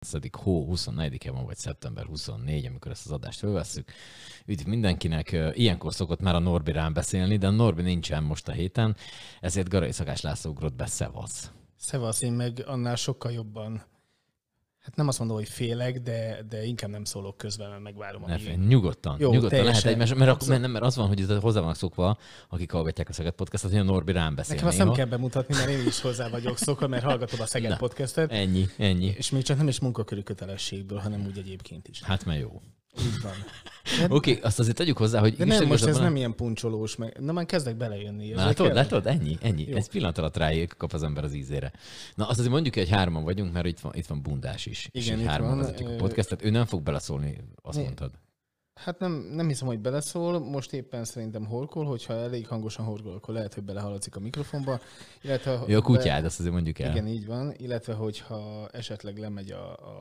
hó 24-e van, vagy szeptember 24, amikor ezt az adást fölvesszük. Üdv mindenkinek, ilyenkor szokott már a Norbi rám beszélni, de a Norbi nincsen most a héten, ezért Garai Szakás László ugrott be, szevasz. Szevasz, én meg annál sokkal jobban, hát nem azt mondom, hogy félek, de inkább nem szólok közben, mert megvárom. Nyugodtan lehet egymás, mert az van, hogy hozzá vannak szokva, akik hallgatják a Szeged Podcastot, hogy a Norbi rám beszél. Nekem azt nem kell bemutatni, mert én is hozzá vagyok szokva, mert hallgatom a Szeged Podcastet. Ennyi. És még csak nem is munkaköri kötelességből, hanem úgy egyébként is. Hát mert jó. Így van. Oké, azt azért tegyük hozzá, hogy... De nem, most ez nem ilyen puncsolós, na már kezdek belejönni. Látod? Ennyi. Jó. Egy pillanat alatt kap az ember az ízére. Na azt azért mondjuk, hogy 3-an vagyunk, mert itt van Bundás is. Igen, és 3-an vezetjük a podcastet. Ő nem fog beleszólni, azt mondtad. Hát nem hiszem, hogy beleszól. Most éppen szerintem horkol, hogyha elég hangosan horkol, akkor lehet, hogy belehaladszik a mikrofonba. Illetve, a kutyád, azt azért mondjuk el. Igen, így van. Illetve, hogyha esetleg lemegy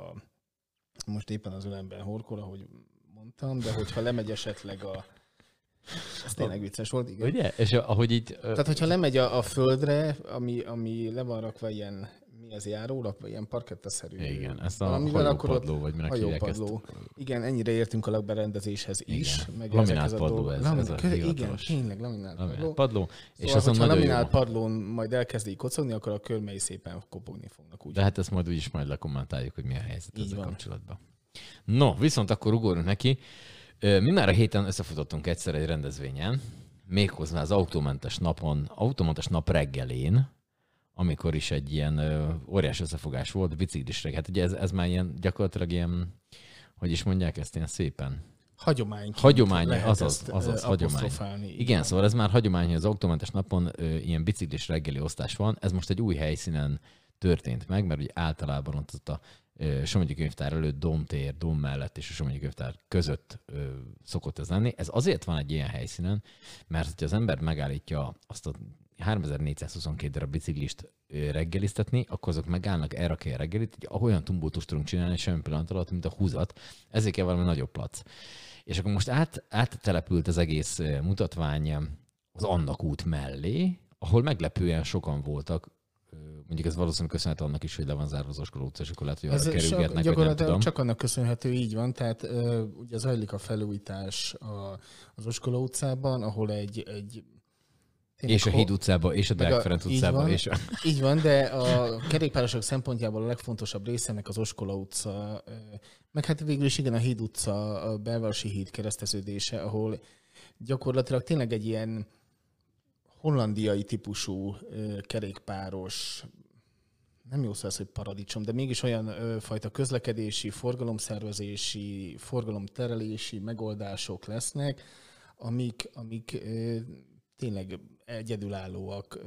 most éppen az ölemben horkol, ahogy mondtam, de hogyha lemegy esetleg ez tényleg vicces volt, igen. Ugye? És ahogy így... Tehát, hogyha lemegy a földre, ami le van rakva ilyen, mi ez járólap, vagy ilyen parkettaszerű. Igen, ezt a hajópadló, vagy minek hívják ezt. Igen, ennyire értünk a lakberendezéshez is. Meg laminált padló ez a igen, tényleg laminált padló. És szóval, hogyha laminált padlón majd elkezd így kocogni, akkor a körmei szépen kopogni fognak. Úgy. De hát ezt majd úgyis majd lekommentáljuk, hogy mi a helyzet ezzel kapcsolatban. No, viszont akkor ugorjunk neki. Mindmára héten összefutottunk egyszer egy rendezvényen, méghozzá az autómentes nap reggelén, amikor is egy ilyen óriás összefogás volt, biciklisre. Hát ugye ez már ilyen, gyakorlatilag ilyen, hogy is mondják ezt ilyen szépen? Hagyomány, azaz hagyomány. Igen, szóval ez már hagyomány, hogy az autómentes napon ilyen biciklis reggeli osztás van. Ez most egy új helyszínen történt meg, mert ugye általában ott a Somogyi Könyvtár előtt, Dóm mellett és a Somogyi Könyvtár között szokott ez lenni. Ez azért van egy ilyen helyszínen, mert hogyha az ember megállítja azt a 3422 darab biciklist reggeliztetni, akkor azok megállnak, elrakja a reggelit, hogy olyan tumultust tudunk csinálni semmi pillanat alatt, mint a húzat. Ezért kell valami nagyobb plac. És akkor most áttelepült az egész mutatvány az Annak út mellé, ahol meglepően sokan voltak. Mondjuk ez valószínűleg köszönhető annak is, hogy le van zárva az Oskola utca, és akkor lehet, hogy arra kerülgetnek, vagy nem tudom. Csak annak köszönhető, így van. Tehát ugye zajlik a felújítás az Oskola utcában, ahol egy és a Híd utcában, és a Deák Ferenc utcában. Így van, de a kerékpárosok szempontjából a legfontosabb része ennek az Oskola utca, meg hát végül is igen a Híd utca, a belvárosi híd kereszteződése, ahol gyakorlatilag tényleg egy ilyen hollandiai típusú kerékpáros, nem jó szó ez, hogy paradicsom, de mégis olyan fajta közlekedési, forgalomszervezési, forgalomterelési megoldások lesznek, amik tényleg egyedülállóak,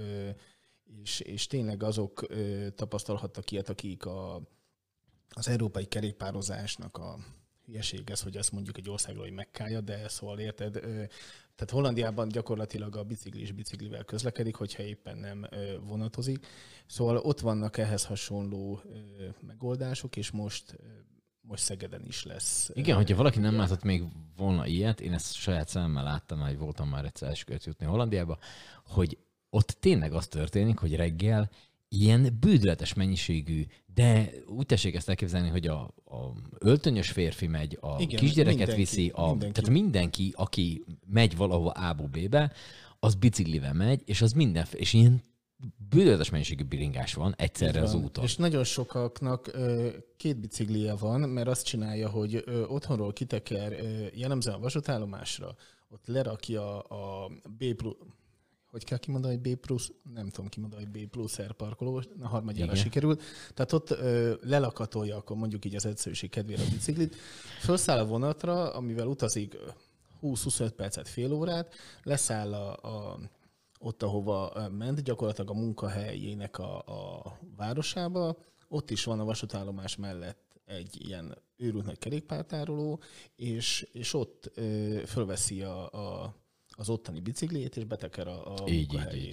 és tényleg azok tapasztalhattak ilyet, akik az európai kerékpározásnak a hülyeség ez, hogy ezt mondjuk egy országról, hogy Mekkája, de szóval érted, tehát Hollandiában gyakorlatilag a biciklivel közlekedik, hogyha éppen nem vonatozik. Szóval ott vannak ehhez hasonló megoldások, és most Szegeden is lesz. Igen, hogyha valaki nem látott még volna ilyet, én ezt saját szemmel láttam, hogy voltam már egyszer esküvőt jutni Hollandiába, hogy ott tényleg az történik, hogy reggel ilyen bődületes mennyiségű, de úgy tessék ezt elképzelni, hogy a öltönyös férfi megy, igen, kisgyereket viszi, tehát mindenki, aki megy valahova A-ból B-be, az biciklivel megy, és az és ilyen bődületes mennyiségű biringás van egyszerre az úton. És nagyon sokaknak két biciklije van, mert azt csinálja, hogy otthonról kiteker jellemzően a vasútállomásra, ott lerakja a B+, hogy kell kimondani, hogy B+, nem tudom kimondani, hogy B+ R parkoló, a harmadjára sikerült. Tehát ott lelakatolja akkor mondjuk így az egyszerűség kedvére a biciklit, felszáll a vonatra, amivel utazik 20-25 percet, fél órát, leszáll ott, ahova ment, gyakorlatilag a munkahelyének a városába, ott is van a vasútállomás mellett egy ilyen őrült nagy kerékpártároló, és ott fölveszi az ottani bicikliét, és beteker a munkahelyére.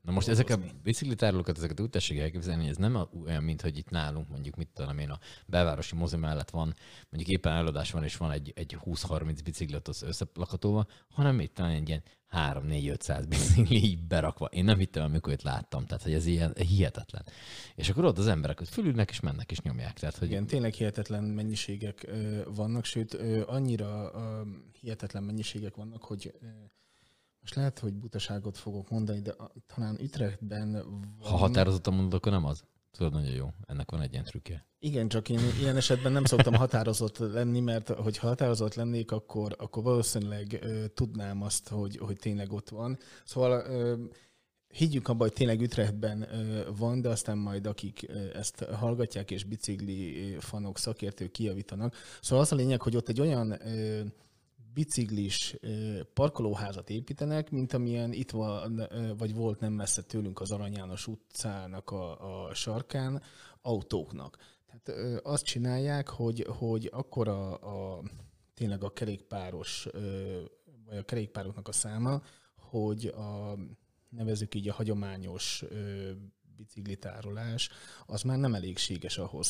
Na most ezek a biciklitárolókat, ezeket úgy tessék elképzelni, hogy ez nem olyan, mint hogy itt nálunk mondjuk, mit tudom én, a belvárosi mozi mellett van, mondjuk éppen eladás van, és van egy 20-30 biciklet az összelakatolva, hanem itt van egy ilyen 3-4-500 bicikli így berakva. Én nem hittem, amikor őt láttam, tehát hogy ez ilyen hihetetlen. És akkor ott az emberek ott fölülnek, és mennek, és nyomják. Tehát, hogy... Igen, tényleg hihetetlen mennyiségek vannak, sőt, annyira hihetetlen mennyiségek vannak, hogy most lehet, hogy butaságot fogok mondani, de talán Utrechtben van... Ha határozottan mondod, akkor nem az. Tudod, nagyon jó. Ennek van egy ilyen trükkje. Igen, csak én ilyen esetben nem szoktam határozott lenni, mert hogyha határozott lennék, akkor valószínűleg tudnám azt, hogy tényleg ott van. Szóval higgyük abba, hogy tényleg Utrechtben van, de aztán majd akik ezt hallgatják, és bicikli fanok, szakértők kijavítanak. Szóval az a lényeg, hogy ott egy olyan biciklis parkolóházat építenek, mint amilyen itt van, vagy volt nem messze tőlünk az Arany János utcának a sarkán autóknak. Tehát azt csinálják, hogy akkor tényleg a kerékpáros, vagy a kerékpároknak a száma, hogy nevezzük így a hagyományos biciklitárolás, az már nem elégséges ahhoz,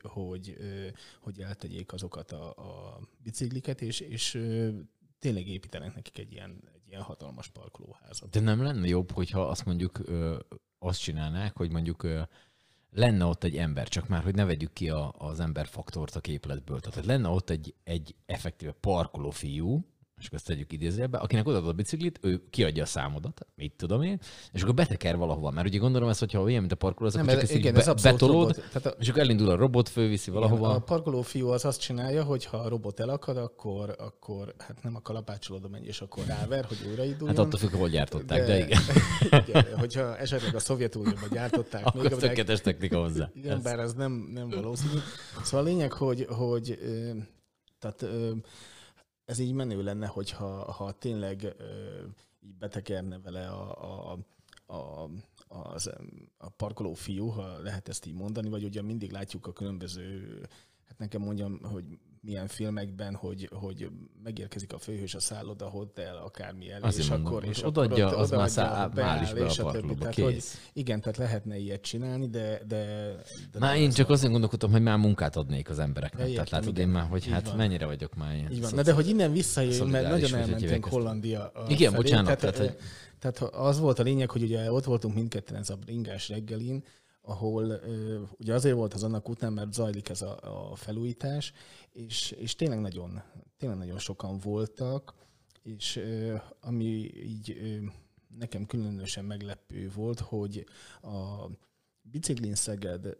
hogy eltegyék azokat a bicikliket, és tényleg építenek nekik egy ilyen hatalmas parkolóházat. De nem lenne jobb, hogyha azt mondjuk azt csinálnák, hogy mondjuk lenne ott egy ember, csak már, hogy ne vegyük ki az emberfaktort a képletből. Tehát lenne ott egy effektíve parkoló fiú, és akkor ezt tegyük idézőjelbe, akinek odaadod a biciklit, ő kiadja a számodat, mit tudom én, és akkor beteker valahova. Mert ugye gondolom ezt, hogyha olyan, mint a parkoló, az akkor csak ezt betolód, és akkor elindul a robot, fölviszi valahova. Igen, a parkolófiú az azt csinálja, hogy ha a robot elakad, akkor hát nem a kalapácsol oda megy, és akkor ráver, hogy újrainduljon. Hát attól függ, hol gyártották, de igen. Igen, hogyha esetleg a Szovjetunióban gyártották. Akkor még tökéletes technika hozzá. Igen, bár az nem valószínű. Szóval a lényeg, hogy tehát ez így menő lenne, hogyha tényleg így betekerne vele a parkoló fiú, ha lehet ezt így mondani, vagy ugye mindig látjuk a különböző, hát nekem mondjam, hogy milyen filmekben, hogy megérkezik a főhős a szálloda, hotel, akármilyen, és mondom, akkor és odaadja, az már beáll is be a parkolóba, kész. Igen, tehát lehetne ilyet csinálni, de már én csak azért gondolkodtam, hogy már munkát adnék az embereknek. Tehát látod én már, hogy hát van. mennyire vagyok már ilyen. Így van. Na de hogy innen visszajöjjön, mert nagyon elmentünk Hollandia igen, felé. Bocsánat. Tehát az volt a lényeg, hogy ugye ott voltunk mindketten ez a bringás reggelin, ahol ugye azért volt az annak után, mert zajlik ez a felújítás, és tényleg nagyon sokan voltak, és ami így nekem különösen meglepő volt, hogy a Biciklin Szeged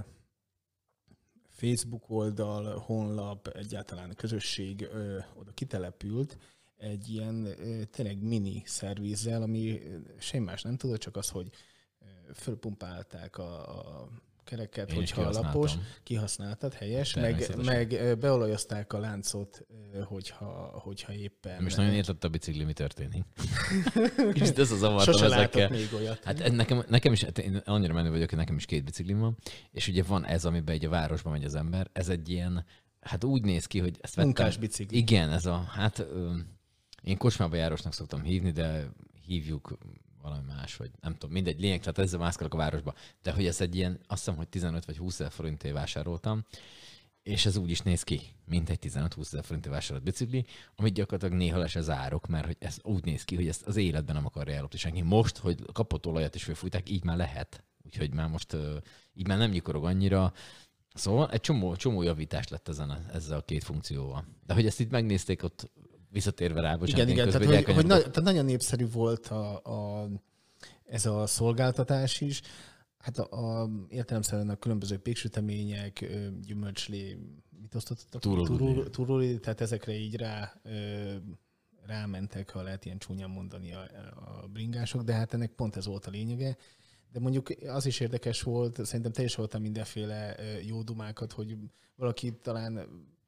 Facebook oldal, honlap, egyáltalán közösség oda kitelepült egy ilyen tényleg mini szervizzel, ami semmi más nem tudott, csak az, hogy fölpumpálták a kereket, én hogyha lapos, kihasználtad, helyes, meg beolajozták a láncot, hogyha éppen... Nem is nagyon értett a bicikli, mi történik. Kicsit ez az avartam sose ezekkel. látok még olyat. Hát nekem is, hát én annyira menő vagyok, hogy nekem is 2 biciklim van, és ugye van ez, amiben egy a városba megy az ember, ez egy ilyen, hát úgy néz ki, hogy ezt vettem. Munkás bicikli. Igen, ez hát én kocsmába járosnak szoktam hívni, de hívjuk valami más, vagy nem tudom, mindegy, lényeg, tehát ezzel mászkálok a városba. De hogy ez egy ilyen, azt hiszem, hogy 15 vagy 20 ezer forintért vásároltam, és ez úgy is néz ki, mint egy 15-20 ezer forintért vásárolt bicikli, amit gyakorlatilag néha le se zárok, mert hogy ez úgy néz ki, hogy ezt az életben nem akarja ellopni senki. Most, hogy kapott olajat és fölfújták, így már lehet. Úgyhogy már most így már nem nyikorog annyira. Szóval egy csomó javítás lett ezzel a 2 funkcióval. De hogy ezt itt megnézték ott visszatérve rá, bocsánat. Igen, tehát nagyon népszerű volt ez a szolgáltatás is. Hát értelemszerűen a különböző péksütemények, gyümölcslé, mit osztottak? Turuli, tehát ezekre így rámentek, ha lehet ilyen csúnyán mondani a bringások, de hát ennek pont ez volt a lényege. De mondjuk az is érdekes volt, szerintem te is voltál mindenféle jó dumákat, hogy valaki talán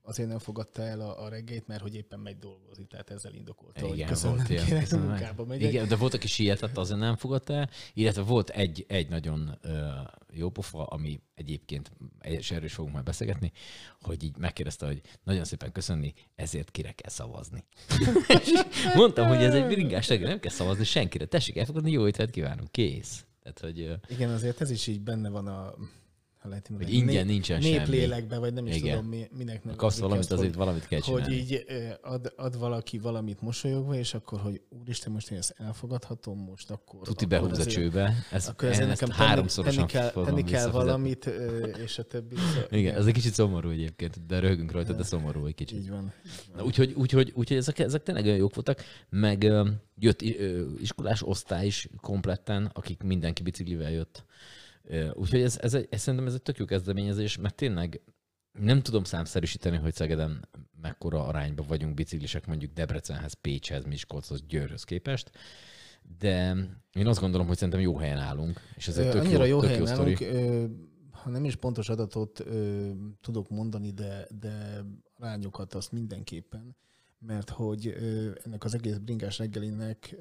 azért nem fogadta el a reggelyt, mert hogy éppen megy dolgozni, tehát ezzel indokolta, igen, hogy köszönöm, kérek, munkába megyek. Igen, de volt, aki sietett, azért nem fogadta el, illetve volt egy nagyon jó pofa, ami egyébként, és erről is fogunk majd beszélgetni, hogy így megkérdezte, hogy nagyon szépen köszönni, ezért kire kell szavazni. Mondtam, hogy ez egy bringás reggel, nem kell szavazni senkire, tessék elfogadni, jó ételt kívánunk, kész. Tehát, hogy, igen, azért ez is így benne van lehet hogy ingyen nincsen semmi. Néplélekben, vagy nem is tudom, minek nem. Kapsz valamit, azért valamit kell csinálni. Hogy így ad valaki valamit mosolyogva, és akkor, hogy úristen, most én ezt elfogadhatom, most akkor... Tuti behúz a csőbe. Akkor ezért nekem tenni kell valamit, és a többi. Igen, ez egy kicsit szomorú egyébként, de röhögünk rajta, de szomorú egy kicsit. Így van. Na, úgyhogy ezek tényleg olyan jók voltak, meg jött iskolás osztály is kompletten, akik mindenki biciklivel jött. Úgyhogy szerintem ez egy tök jó kezdeményezés, mert tényleg nem tudom számszerűsíteni, hogy Szegeden mekkora arányban vagyunk biciklisek mondjuk Debrecenhez, Pécshez, Miskolchoz, Győrhöz képest, de én azt gondolom, hogy szerintem jó helyen állunk, és ez egy tök jó helyen állunk, ha nem is pontos adatot tudok mondani, de arányokat azt mindenképpen, mert hogy ennek az egész bringás reggelinek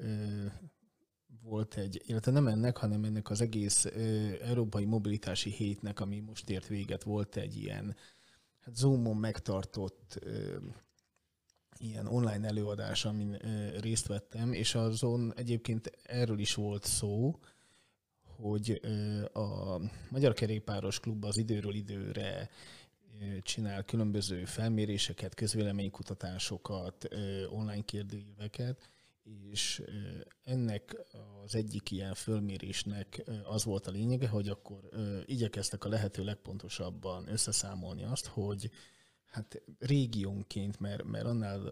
volt illetve nem ennek, hanem ennek az egész európai mobilitási hétnek, ami most ért véget, volt egy ilyen Zoomon megtartott ilyen online előadás, amin részt vettem, és azon egyébként erről is volt szó, hogy a Magyar Kerékpáros Klub az időről időre csinál különböző felméréseket, közvéleménykutatásokat, online kérdőíveket, és ennek az egyik ilyen fölmérésnek az volt a lényege, hogy akkor igyekeztek a lehető legpontosabban összeszámolni azt, hogy hát régiónként, mert annál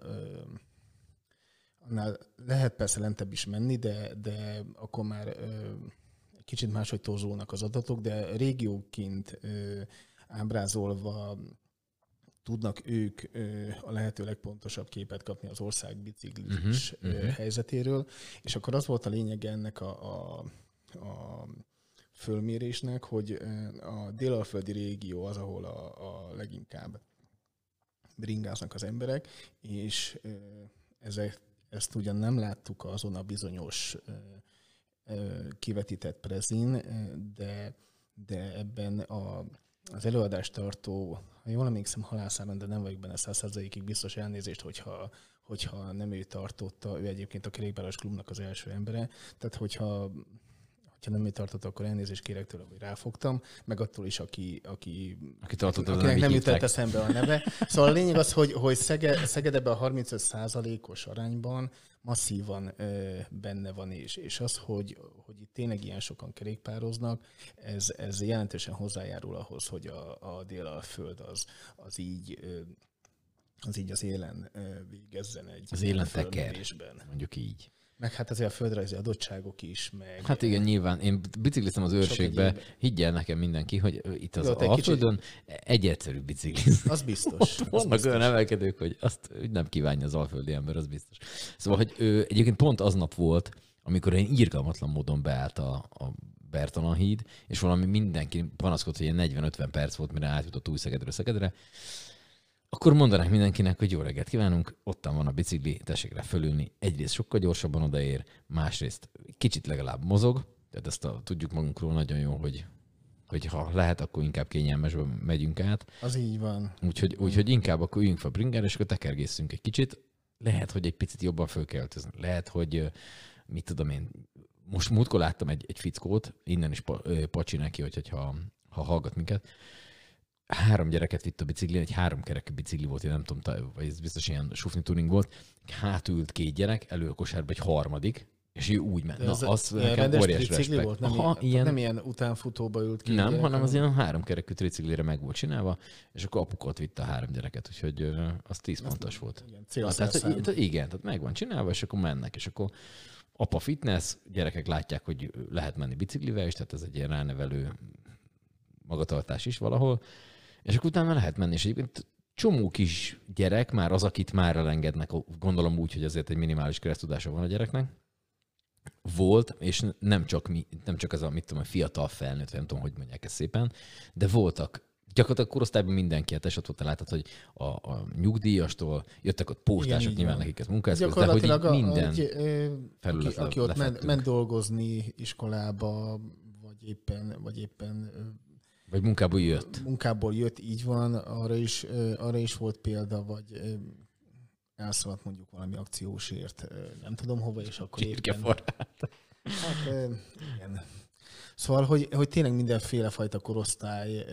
lehet persze lentebb is menni, de akkor már kicsit máshogy torzulnak az adatok, de régióként ábrázolva tudnak ők a lehető legpontosabb képet kapni az ország biciklis helyzetéről, és akkor az volt a lényege ennek a fölmérésnek, hogy a délalföldi régió az, ahol a leginkább bringáznak az emberek, és ezt ugyan nem láttuk azon a bizonyos kivetített prezin, de ebben az előadást tartó, ha jól emlékszem, Halász Árend, de nem vagyok benne 100%-ig biztos, elnézést, hogyha nem ő tartotta, ő egyébként a Kerékpáros Klubnak az első embere, tehát hogyha nem ő tartotta, akkor elnézést kérek tőle, hogy ráfogtam, meg attól is, akinek nem jutott eszembe a neve. Szóval a lényeg az, hogy Szeged ebben a 35%-os arányban masszívan benne van, és az, hogy itt tényleg ilyen sokan kerékpároznak, ez jelentősen hozzájárul ahhoz, hogy a Délalföld az így az élen végezzen egy az élen teker, mondjuk így. Meg hát azért a földrajzi adottságok is, meg... Hát igen, nyilván. Én bicikliztem az Őrségbe, higgyel nekem mindenki, hogy itt az Alföldön egy egyszerű bicikliz. Az biztos. Vannak olyan emelkedők, hogy azt nem kívánja az alföldi ember, az biztos. Szóval, hogy egyébként pont aznap volt, amikor én irgalmatlan módon beállt a Bertalan híd, és valami mindenki panaszkodott, hogy ilyen 40-50 perc volt, mire átjutott Új-Szegedről Szegedre. Akkor mondanák mindenkinek, hogy jó reggelt kívánunk, ottan van a bicikli, tessék rá fölülni. Egyrészt sokkal gyorsabban odaér, másrészt kicsit legalább mozog, tehát ezt tudjuk magunkról nagyon jó, hogy ha lehet, akkor inkább kényelmesben megyünk át. Az így van. Úgyhogy inkább akkor üljünk fel bringára, és akkor tekergészünk egy kicsit. Lehet, hogy egy picit jobban föl kell öltözni. Lehet, hogy mit tudom én, most múltkor láttam egy fickót, innen is pacsi neki, hogyha hallgat minket, 3 gyereket vitt a biciklin, egy 3 kerekű bicikli volt, én nem tudom, vagy ez biztos ilyen sufni tuning volt. Hátul ült 2 gyerek, elő a kosárba egy harmadik, és ő úgy ment. Na, az nekem óriás respekt. Volt, nem ilyen utánfutóba ült ki. Nem, hanem az ilyen 3 kerekű triciklire meg volt csinálva, és akkor apukot vitt a 3 gyereket, úgyhogy az 10 pontos volt. Igen, tehát meg van csinálva, és akkor mennek, és akkor apa fitness, gyerekek látják, hogy lehet menni biciklivel is, tehát ez egy ilyen ránevelő magatartás is valahol, és akkor utána lehet menni, és egyébként csomó kis gyerek, már az, akit már elengednek, gondolom úgy, hogy azért egy minimális keresztudása van a gyereknek, volt, és nem csak ez a, mit tudom, a fiatal felnőtt, nem tudom, hogy mondják ezt szépen, de voltak Gyakorlatilag korosztályban mindenki, hát ott láttad, hogy a nyugdíjastól jöttek ott postások, nyilván nekik ez munkaeszköz, de hogy minden felület aki ott ment dolgozni iskolába, vagy éppen vagy munkából jött. Munkából jött, így van, arra is volt példa, vagy elszaladt mondjuk valami akciósért, nem tudom hova, és akkor éppen... Hát, igen. Szóval, hogy tényleg mindenféle fajta korosztály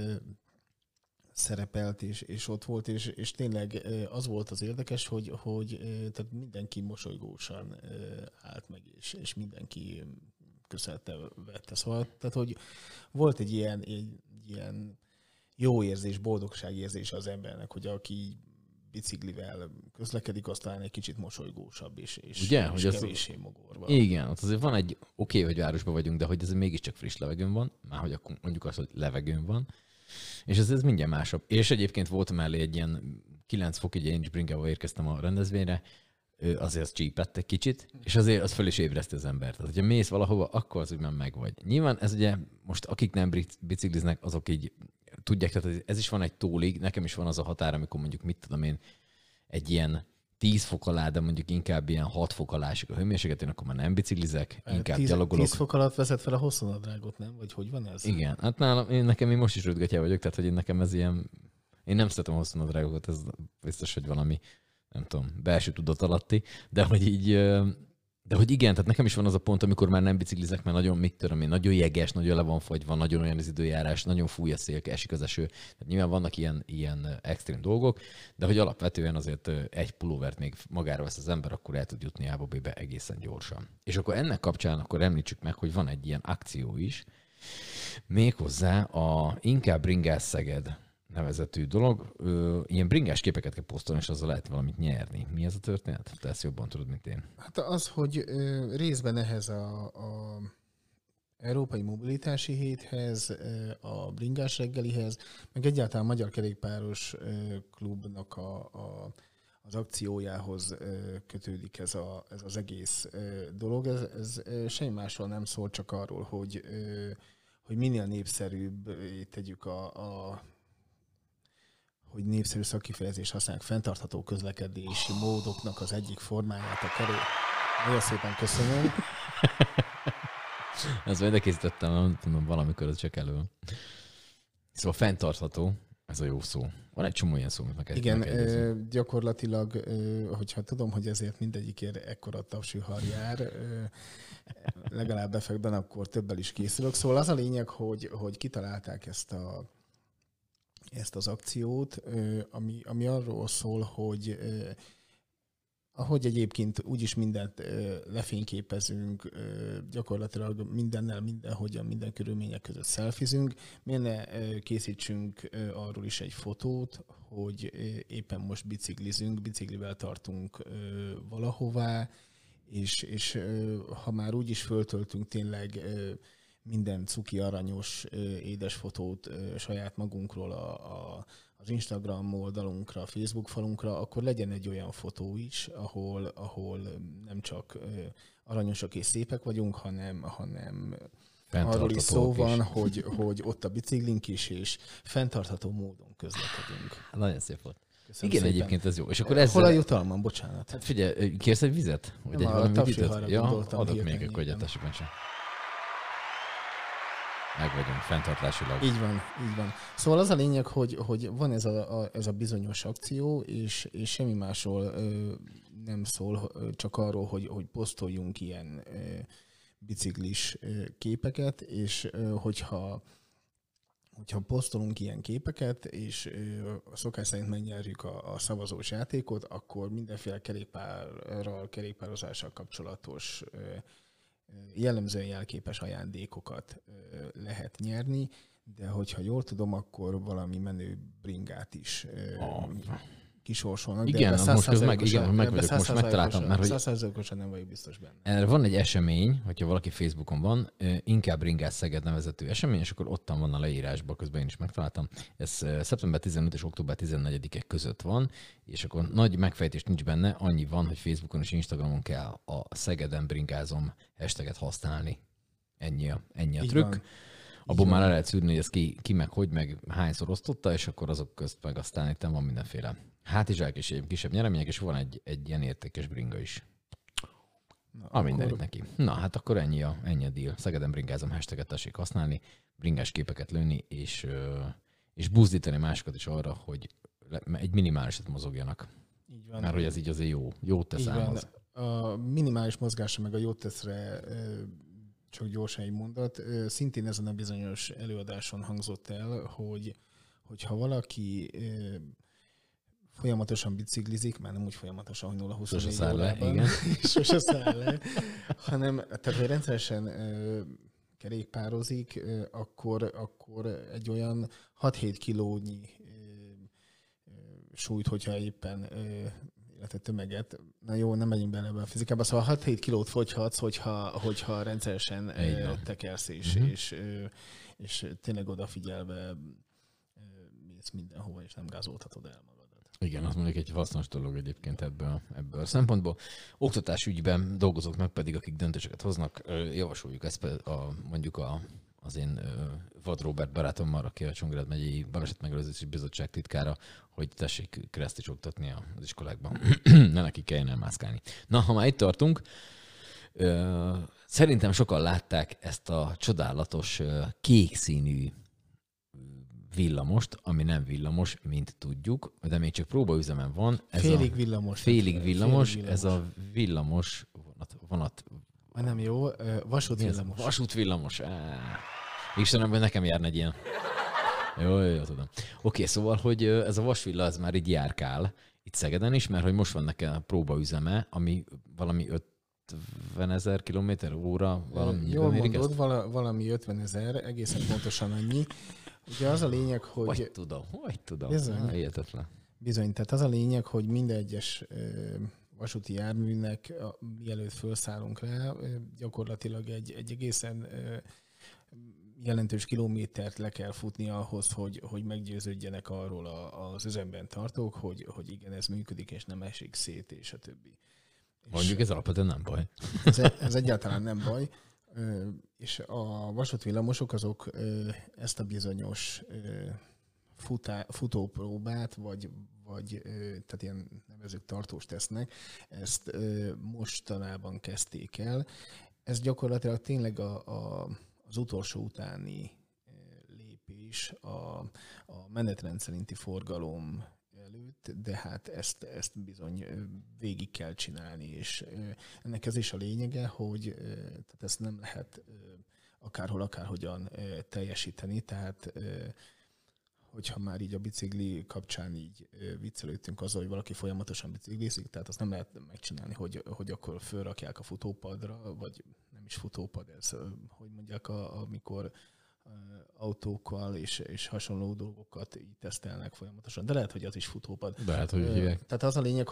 szerepelt, és ott volt, és tényleg az volt az érdekes, hogy tehát mindenki mosolygósan állt meg, és mindenki köszönte vette. Szóval, tehát, hogy volt egy ilyen jó érzés, boldogságérzés az embernek, hogy aki biciklivel közlekedik, aztán egy kicsit mosolygósabb, és ugye, hogy kevéssé mogorva. Igen, ott azért van egy oké, hogy városban vagyunk, de hogy ez mégiscsak friss levegőn van, már hogy akkor mondjuk azt, hogy levegőn van, és ez mindjárt másabb. És egyébként volt mellé egy ilyen 9 fok, ugye én is bringával érkeztem a rendezvényre, azért az csípett egy kicsit, és azért az föl is ébreszti az embert. Tehát, hogyha mész valahova, akkor az úgy már megvagy. Nyilván ez ugye most akik nem bicikliznek, azok így tudják, tehát ez is van egy tólig, nekem is van az a határ, amikor mondjuk mit tudom én, egy ilyen 10 fok alá, de mondjuk inkább ilyen 6 fok alá esik a hőmérséklet, én akkor már nem biciklizek, inkább gyalogolok. 10 fok alatt vezet fel a hosszonadrágot, nem? Vagy hogy van ez? Igen, hát nekem én most is rötgatja vagyok, tehát hogy nekem ez ilyen, én nem szeretem a hosszonadrágokat, ez biztos, hogy valami, nem tudom, belső tudat alatti, de hogy így, de hogy igen, tehát nekem is van az a pont, amikor már nem biciklizek, mert nagyon, mit tudom én, nagyon jeges, nagyon le van fagyva, nagyon olyan az időjárás, nagyon fúj a szél, esik az eső. Tehát nyilván vannak ilyen extrém dolgok, de hogy alapvetően azért egy pulóvert még magára vesz az ember, akkor el tud jutni A-ba B-be egészen gyorsan. És akkor ennek kapcsán akkor említsük meg, hogy van egy ilyen akció is, méghozzá a Inkább bringás Szeged nevezetű dolog. Ilyen bringás képeket kell posztolni, és azzal lehet valamit nyerni. Mi ez a történet? Te ezt jobban tudod, mint én. Hát az, hogy részben ehhez a Európai Mobilitási Héthez, a bringás reggelihez, meg egyáltalán a Magyar Kerékpáros Klubnak az akciójához kötődik ez az egész dolog. Ez semmi másról nem szól, csak arról, hogy minél népszerűbb tegyük hogy népszerű szakkifejezést használják, fenntartható közlekedési módoknak az egyik formáját a Nagyon szépen köszönöm. Ezt majd készítettem, nem tudom, valamikor ez csak elő. Szóval fenntartható, ez a jó szó. Van egy csomó ilyen szó, amit meg igen, gyakorlatilag, hogyha tudom, hogy ezért mindegyikért ekkora tapsihar jár, legalább befekben, akkor többel is készülök. Szóval az a lényeg, hogy kitalálták ezt az akciót, ami arról szól, hogy ahogy egyébként úgyis mindent lefényképezünk, gyakorlatilag mindennel, mindenhogyan, minden körülmények között szelfizünk, miért ne készítsünk arról is egy fotót, hogy éppen most biciklivel tartunk valahová, és ha már úgyis föltöltünk tényleg minden cuki aranyos édes fotót saját magunkról az Instagram oldalunkra, a Facebook falunkra, akkor legyen egy olyan fotó is, ahol nem csak aranyosak és szépek vagyunk, hanem arról is szó van, hogy ott a biciklink is, és fenntartható módon közlekedünk. Nagyon szép volt. Köszönöm igen, szépen. Egyébként ez jó. És akkor hol a jutalmam? Bocsánat. Hát figyelj, kérsz egy vizet? Vagy egy valami vizet? Ja, adok még egy egyetesében sem. Meg vagyunk fenntartásilag. Így van. Szóval az a lényeg, hogy van ez a bizonyos akció, és semmi másról nem szól, csak arról, hogy posztoljunk ilyen biciklis képeket, és hogyha posztolunk ilyen képeket, és szokás szerint megnyerjük a szavazós játékot, akkor mindenféle kerékpározással kapcsolatos jellemzően jelképes ajándékokat lehet nyerni, de hogyha jól tudom, akkor valami menő bringát is kisorsolnak. Igen, de most meg vagyok, most megtaláltam. Mert 100%-osan nem vagyok biztos benne. Erre van egy esemény, hogyha valaki Facebookon van, Inkább bringás Szeged nevezetű esemény, és akkor ottan van a leírásban, közben én is megtaláltam. Ez szeptember 15 és október 14-e között van, és akkor nagy megfejtés nincs benne, annyi van, hogy Facebookon és Instagramon kell a Szegeden bringázom hashtaget használni. Ennyi a trükk. Van. Abból már le lehet szűrni, hogy ez ki meg hogy meg hányszor osztotta, és akkor azok közt meg aztán itt van mindenféle hátizsák és kisebb nyeremények, és van egy ilyen értékes bringa is. Mindenit neki. Na, hát akkor ennyi a deal. Szegeden bringázom, hashtaget tessék használni, bringás képeket lőni, és buzdítani másokat is arra, hogy egy minimálisat mozogjanak. Így van. Mert hogy ez így azért jót tesz álmaz. A minimális mozgásra meg a jót teszre csak gyorsan egy mondat. Szintén ezen a bizonyos előadáson hangzott el, hogy ha valaki folyamatosan biciklizik, már nem úgy folyamatosan, hogy 0-24 órában, sose száll le, hanem tehát, hogy rendszeresen kerékpározik, akkor egy olyan 6-7 kilónyi súlyt, hogyha éppen illetve tömeget, na jó, nem megyünk bele ebbe a fizikába, szóval 6-7 kilót fogyhatsz, hogyha rendszeresen tekersz, és tényleg odafigyelve mész mindenhova, és nem gázoltatod el magadat. Igen, az mondjuk egy hasznos dolog egyébként ebből a szempontból. Oktatásügyben dolgozók meg pedig, akik döntéseket hoznak, javasoljuk ezt mondjuk az én Vad Róbert barátommal, aki a Csongrád megyei Balesetmegelőzési Bizottság titkára, hogy tessék Kreszt is oktatni az iskolákban. Ne neki kelljen elmászkálni. Na, ha már itt tartunk, szerintem sokan látták ezt a csodálatos kék színű villamost, ami nem villamos, mint tudjuk, de még csak próbaüzemen van. Ez félig villamos. Félig villamos, ez a villamos vonat. Nem jó, vasútvillamos. Vasútvillamos. Istenem, nekem járna egy ilyen. Jó, tudom. Oké, szóval, hogy ez a vasvilla, ez már így járkál itt Szegeden is, mert hogy most van nekem a próbaüzeme, ami valami 50 000 km/h, valami. Jól mondod, valami 50 000, egészen pontosan annyi. Ugye az a lényeg, hogy... Hogy tudom. Hihetetlen. Bizony, tehát az a lényeg, hogy minden egyes vasúti járműnek, mielőtt felszállunk rá, gyakorlatilag egy egészen jelentős kilométert le kell futni ahhoz, hogy meggyőződjenek arról az üzemben tartók, hogy igen, ez működik, és nem esik szét, és a többi. Mondjuk ez alapvetően nem baj. Ez egyáltalán nem baj. És a vasútvillamosok azok ezt a bizonyos futópróbát, vagy tehát ilyen nevezük tartós tesznek, ezt mostanában kezdték el. Ez gyakorlatilag tényleg az utolsó utáni lépés a menetrend szerinti forgalom előtt, de hát ezt bizony végig kell csinálni, és ennek ez is a lényege, hogy tehát ezt nem lehet akárhogyan teljesíteni, tehát hogyha már így a bicikli kapcsán így viccelődtünk azzal, hogy valaki folyamatosan biciklizik, tehát azt nem lehet megcsinálni, hogy akkor fölrakják a futópadra, vagy nem is futópad, ez, hogy mondják, amikor autókkal és hasonló dolgokat így tesztelnek folyamatosan. De lehet, hogy az is futópad. Lehet, hogy tehát az a lényeg,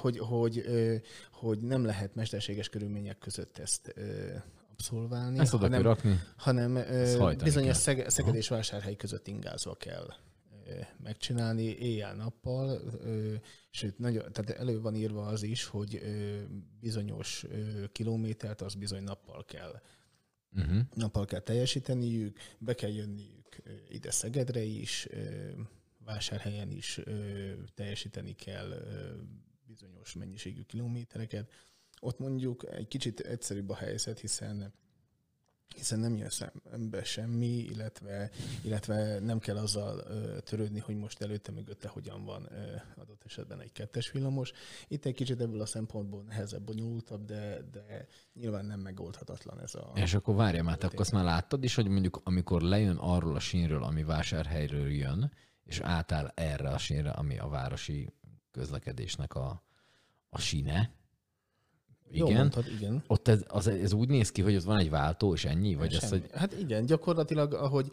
hogy nem lehet mesterséges körülmények között ezt abszolválni, hanem bizonyos Szeged és Vásárhely között ingázva kell megcsinálni éjjel-nappal, sőt, tehát elő van írva az is, hogy bizonyos kilométert az bizony nappal kell. Nappal kell teljesíteniük, be kell jönniük ide Szegedre is, Vásárhelyen is teljesíteni kell bizonyos mennyiségű kilométereket. Ott mondjuk egy kicsit egyszerűbb a helyzet, hiszen nem jön szembe semmi, illetve nem kell azzal törődni, hogy most előtte-mögötte hogyan van adott esetben egy kettes villamos. Itt egy kicsit ebből a szempontból nehezebb, bonyolultabb, de nyilván nem megoldhatatlan ez a... És akkor várjál már, te akkor azt már láttad is, hogy mondjuk amikor lejön arról a sínről, ami Vásárhelyről jön, és átáll erre a sínre, ami a városi közlekedésnek a síne. Igen. Mondtad, igen. Ott ez úgy néz ki, hogy ott van egy váltó, és ennyi? Vagy ez, hogy... Hát igen, gyakorlatilag,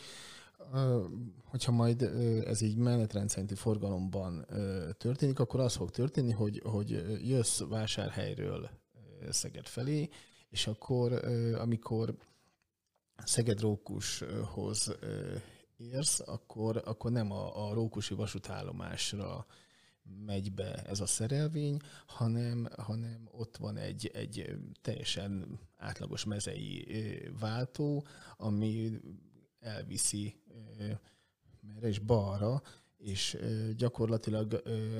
hogyha majd ez így menetrend szerinti forgalomban történik, akkor az fog történni, hogy jössz Vásárhelyről Szeged felé, és akkor, amikor Szeged-Rókushoz érsz, akkor nem a rókusi vasútállomásra megy be ez a szerelvény, hanem ott van egy teljesen átlagos mezei váltó, ami elviszi merre is balra, és gyakorlatilag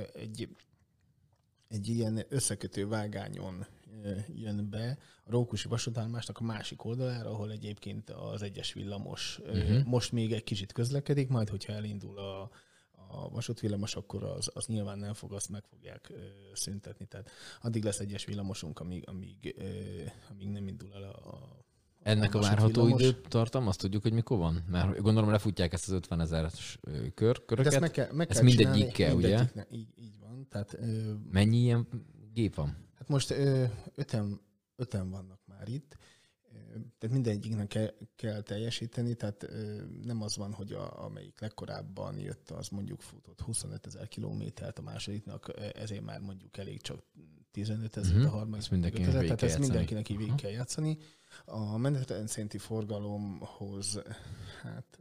egy ilyen összekötő vágányon jön be a Rókusi vasútállomásnak a másik oldalára, ahol egyébként az egyes villamos most még egy kicsit közlekedik, majd hogyha elindul a vasútvillamos, akkor az nyilván nem fog, azt meg fogják szüntetni. Tehát addig lesz egyes villamosunk, amíg nem indul el ennek a várható időtartam, azt tudjuk, hogy mikor van? Mert gondolom lefutják ezt az 50 000-es köröket. Ezt mindegyikkel, ugye? Így van. Tehát, mennyi ilyen gép van? Hát most öten vannak már itt. Tehát mindegyiknek kell teljesíteni, tehát nem az van, hogy amelyik legkorábban jött, az mondjuk futott 25 000 kilométert, a másodiknak ezért már mondjuk elég csak 15 000, a harmadik 5 000, tehát ezt mindenkinek így végig kell játszani. A menetrend szerinti forgalomhoz, hát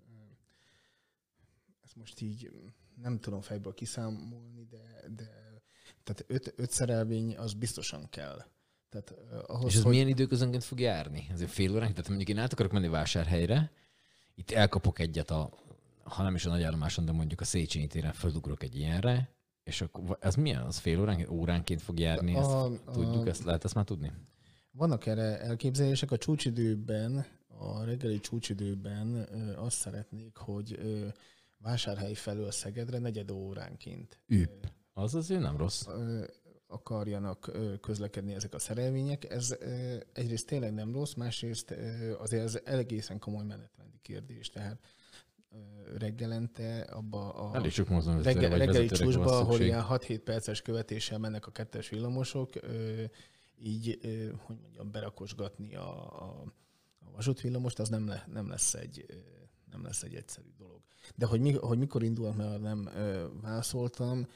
ezt most így nem tudom fejből kiszámolni, de tehát 5 szerelvény az biztosan kell. Tehát, ahhoz, és ez milyen időközönként fog járni? Ezért fél óránk? Tehát mondjuk én át akarok menni Vásárhelyre, itt elkapok egyet, ha nem is a nagyállomáson, de mondjuk a Széchenyi téren fölugrok egy ilyenre, és akkor ez milyen? Az fél óránként fog járni? Tudjuk, lehet ezt már tudni? Vannak erre elképzelések. A csúcsidőben, a reggeli csúcsidőben azt szeretnék, hogy Vásárhely felől Szegedre 4 óránként. Az azért nem rossz. Akarjanak közlekedni ezek a szerelvények. Ez egyrészt tényleg nem rossz, másrészt azért ez egészen komoly menetrendi kérdés. Tehát reggelente abba a reggeli csúcsba, ahol ilyen 6-7 perces követéssel mennek a 2-es villamosok, így, hogy mondjam, berakosgatni a vasútvillamost, az nem lesz egy egyszerű dolog. De hogy mikor indul, mert nem válaszoltam,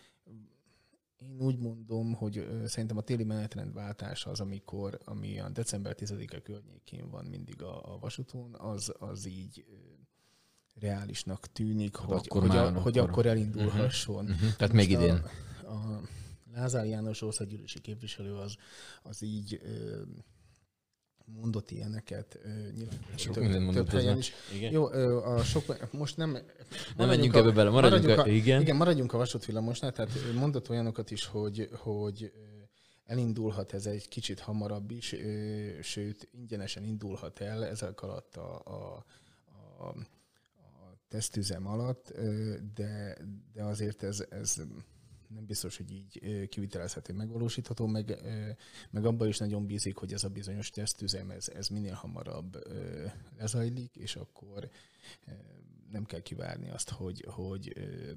én úgy mondom, hogy szerintem a téli menetrendváltás az, ami a december 10-e környékén van mindig a vasúton, az így reálisnak tűnik, hogy akkor elindulhasson. Tehát még idén. A Lázár János országgyűlési képviselő az így mondott ilyeneket, nyilván több helyen is. Igen. Jó, most nem menjünk ebbe bele, maradjunk a vasútvillamosnál, tehát mondott olyanokat is, hogy elindulhat ez egy kicsit hamarabb is, sőt, ingyenesen indulhat el ezek alatt a tesztüzem alatt, de azért ez nem biztos, hogy így kivitelezhető, megvalósítható, meg abban is nagyon bízik, hogy ez a bizonyos tesztüzem, ez minél hamarabb lezajlik, és akkor nem kell kivárni azt, hogy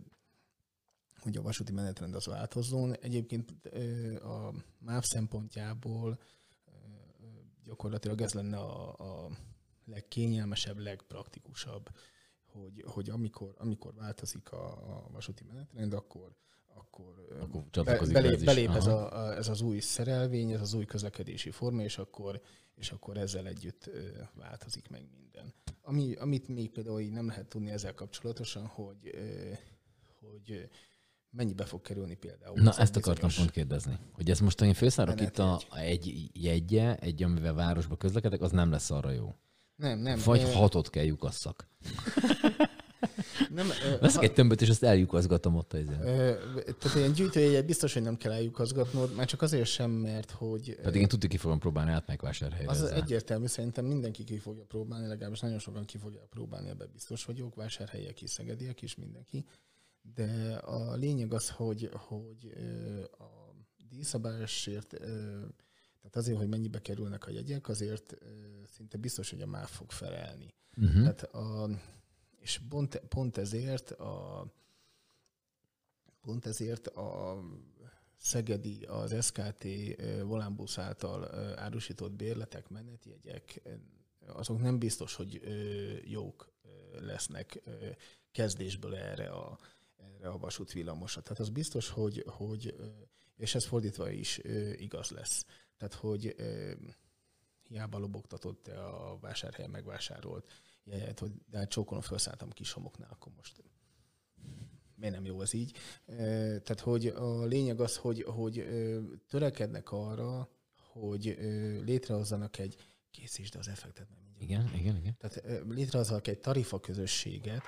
a vasúti menetrend az változzon. Egyébként a MÁV szempontjából gyakorlatilag ez lenne a legkényelmesebb, legpraktikusabb, hogy amikor változik a vasúti menetrend, akkor belép ez az új szerelvény, ez az új közlekedési forma, és akkor ezzel együtt változik meg minden. Amit még például így nem lehet tudni ezzel kapcsolatosan, hogy mennyibe fog kerülni például. Na, ezt akartam pont kérdezni, hogy ez most, én felszállok itt egy jegye, amivel városba közlekedek, az nem lesz arra jó. Nem. Vagy 6-ot kell lyukasszak. Veszek egy tömböt, és azt eljukazgatom ott. Tehát ilyen gyűjtőjegyet biztos, hogy nem kell eljukazgatnod, már csak azért sem, mert hogy... Pedig én tudjuk, ki fogom próbálni átmegyek Vásárhelyre. Az egyértelmű, szerintem mindenki ki fogja próbálni, legalábbis nagyon sokan ki fogja próbálni, ebben biztos vagyok, vásárhelyek is, szegediek is, mindenki. De a lényeg az, hogy a díjszabásért, tehát azért, hogy mennyibe kerülnek a jegyek, azért szinte biztos, hogy a MÁV fog felelni. Tehát és pont ezért a szegedi, az SKT Volánbusz által árusított bérletek, menetjegyek, azok nem biztos, hogy jók lesznek kezdésből erre a vasútvillamosra. Tehát az biztos, hogy és ez fordítva is igaz lesz. Tehát, hogy hiába lobogtatott a Vásárhelyen megvásárolt jegyet, hogy de hát csókolom, felszálltam Kishomoknál, akkor most miért nem jó ez így. Tehát, hogy a lényeg az, hogy törekednek arra, hogy létrehozzanak egy Készítsd az effektet. Igen. Tehát létrehozok egy tarifa közösséget.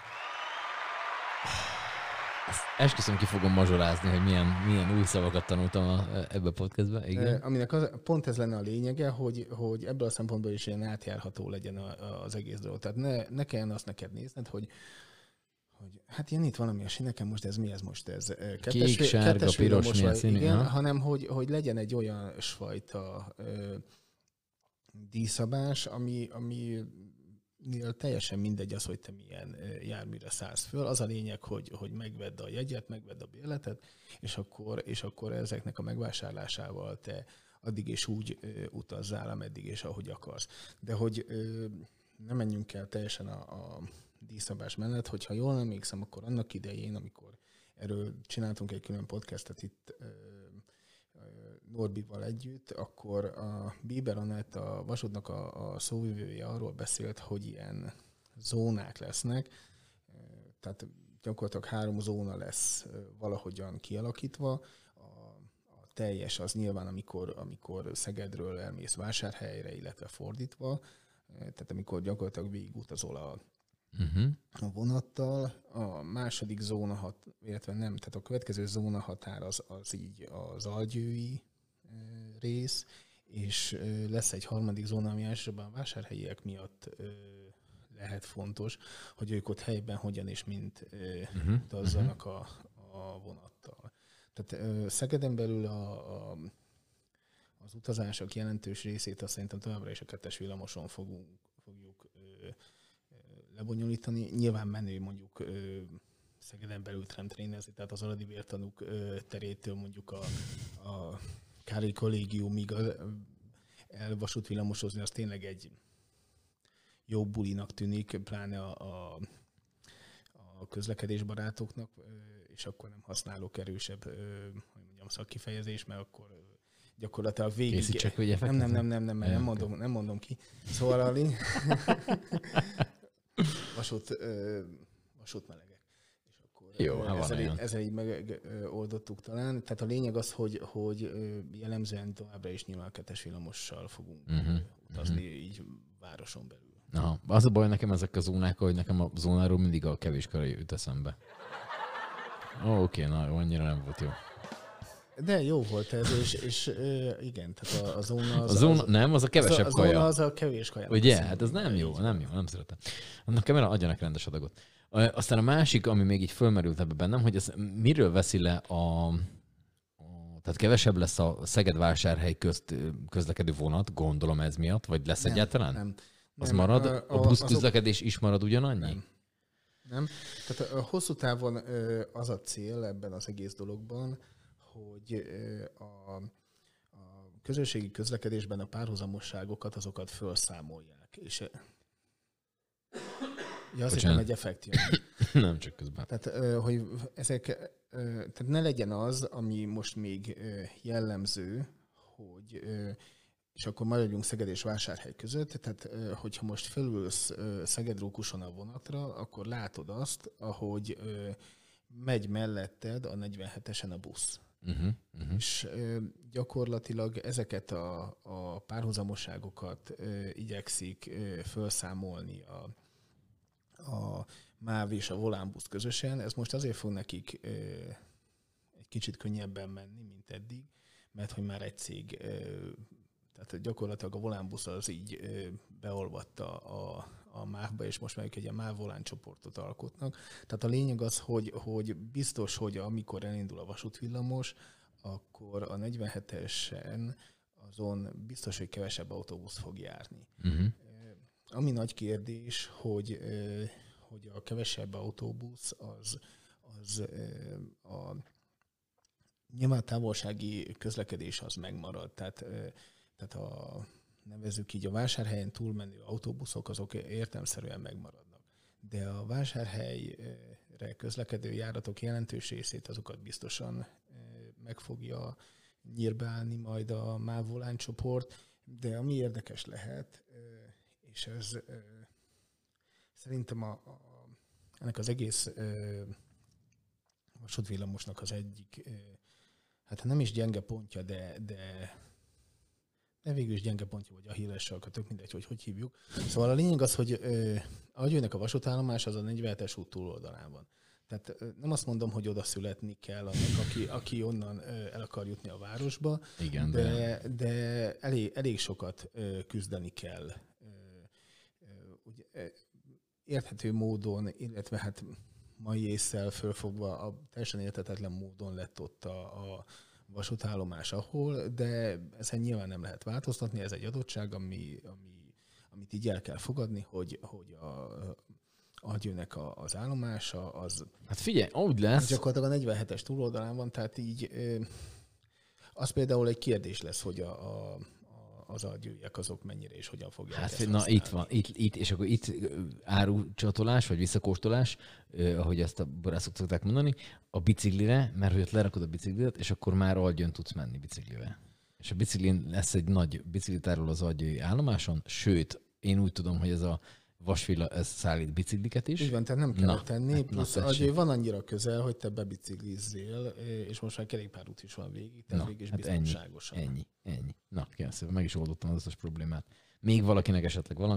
Ezt esküszöm, ki fogom mazsolázni, hogy milyen új szavakat tanultam ebbe a podcastbe. Igen. Aminek pont ez lenne a lényege, hogy ebből a szempontból is ilyen átjárható legyen az egész dolog. Tehát ne kelljen azt neked nézned, hogy hát ilyen itt valami, és nekem most ez mi ez most? Ez kék, sárga, piros, milyen színű? Igen, hanem hogy legyen egy olyan fajta díjszabás, ami teljesen mindegy az, hogy te milyen járműre szállsz föl. Az a lényeg, hogy megvedd a jegyet, megvedd a bérletet, és akkor ezeknek a megvásárlásával te addig és úgy utazzál, ameddig és ahogy akarsz. De hogy nem menjünk el teljesen a díjszabás mellett, hogyha jól emlékszem, akkor annak idején, amikor erről csináltunk egy külön podcastet itt Norbival együtt, akkor a Bieber Anett, a vasútnak a szóvivője arról beszélt, hogy ilyen zónák lesznek, tehát gyakorlatilag 3 zóna lesz valahogyan kialakítva. A teljes az nyilván, amikor Szegedről elmész Vásárhelyre, illetve fordítva, tehát amikor gyakorlatilag végigutazol a vonattal. A második zóna illetve nem, tehát a következő zóna határ az így az algyői rész, és lesz egy harmadik zóna, ami elsősorban a vásárhelyiek miatt lehet fontos, hogy ők ott helyben hogyan és mint utazzanak a vonattal. Tehát Szegeden belül az utazások jelentős részét azt szerintem továbbra is a 2-es villamoson fogjuk lebonyolítani. Nyilván menő mondjuk Szegeden belül tramtrénezni, tehát az Aradi Vértanúk terétől mondjuk a Károly Kollégiumig elvasútvillamosozni, az tényleg egy jó bulinak tűnik, pláne a közlekedésbarátoknak, és akkor nem használok erősebb, hogy mondjam, szakkifejezés, mert akkor gyakorlatilag végig... Készítsek, hogy effektet? Nem mondom ki. Szóval a lény... vasútmelegek. És akkor jó, ezzel így megoldottuk talán. Tehát a lényeg az, hogy jellemzően továbbra is nyilván 2-es villamossal fogunk utazni így városon belül. Aha. Az a baj nekem ezek a zónák, hogy nekem a zónáról mindig a Kevéskara jut eszembe. Oké, na jó, annyira nem volt jó. De jó volt ez, és igen, tehát a zóna... A zóna nem, az a kevesebb kaja. A zóna az a kevés kaja. Ugye? Hát ez nem jó, nem szeretem. Annak kell adjanak rendes adagot. Aztán a másik, ami még így fölmerült ebbe bennem, hogy ez miről veszi le tehát kevesebb lesz a Szeged-Vásárhely közt közlekedő vonat, gondolom ez miatt, vagy lesz egyáltalán? Nem. Az marad? A buszközlekedés is marad ugyanannyi? Nem. Tehát a hosszú távon az a cél ebben az egész dologban, hogy a közösségi közlekedésben a párhuzamosságokat, azokat felszámolják. És azt hittem, egy effekt jön. Nem, csak közben. Tehát, hogy tehát ne legyen az, ami most még jellemző, hogy és akkor maradjunk Szeged és Vásárhely között, tehát hogyha most felülsz Szeged-Rókuson a vonatra, akkor látod azt, ahogy megy melletted a 47-esen a busz. És gyakorlatilag ezeket a párhuzamosságokat igyekszik felszámolni a MÁV és a volánbusz közösen. Ez most azért fog nekik egy kicsit könnyebben menni, mint eddig, mert hogy már egy cég, tehát gyakorlatilag a volánbusz az így beolvatta a MÁV-ba, és most már ők egy ilyen MÁV volán csoportot alkotnak. Tehát a lényeg az, hogy biztos, hogy amikor elindul a vasútvillamos, akkor a 47-esen azon biztos, hogy kevesebb autóbusz fog járni. Ami nagy kérdés, hogy a kevesebb autóbusz az nyilván távolsági közlekedés az megmarad. Tehát nevezzük így, a Vásárhelyen túlmenő autóbuszok, azok értelemszerűen megmaradnak. De a Vásárhelyre közlekedő járatok jelentős részét azokat biztosan meg fogja nyírbálni majd a MÁV volán csoport, de ami érdekes lehet, és ez szerintem ennek az egész vasútvillamosnak az egyik, hát nem is gyenge pontja, de De végül is gyenge pontja, vagy a híres sarka, tök mindegy, hogy hívjuk. Szóval a lényeg az, hogy ahogy jönnek a vasútállomás, az a 47-es út túloldalán van. Tehát nem azt mondom, hogy oda születni kell annak, aki onnan el akar jutni a városba, igen, de elég sokat küzdeni kell. Ugye, érthető módon, illetve hát mai ésszel fölfogva a teljesen érthetetlen módon lett ott a vasútállomás, ahol, de ezen nyilván nem lehet változtatni, ez egy adottság, amit így el kell fogadni, hogy ahogy jönnek az állomása, az... Hát figyelj, úgy lesz... Gyakorlatilag a 47-es túloldalán van, tehát így az például egy kérdés lesz, hogy az agyőjek azok mennyire és hogyan fogják hát, ezt na használni. itt van, itt, és akkor itt árucsatolás, vagy visszakóstolás, ahogy ezt a borászok szokták mondani, a biciklire, mert hogy ott lerakod a biciklidet, és akkor már Algyőn tudsz menni biciklivel. És a biciklin lesz egy nagy biciklitárról az agyői állomáson, sőt, én úgy tudom, hogy ez a vasvilla, ez szállít bicikliket is. Így van, tehát nem kell tenni, plusz Agyő van annyira közel, hogy te bebiciklizzél, és most már kerékpárút is van végig, tehát végig is hát biztonságosan. Ennyi. Na, kérlek, meg is oldottam az összes problémát. Még valakinek esetleg valami?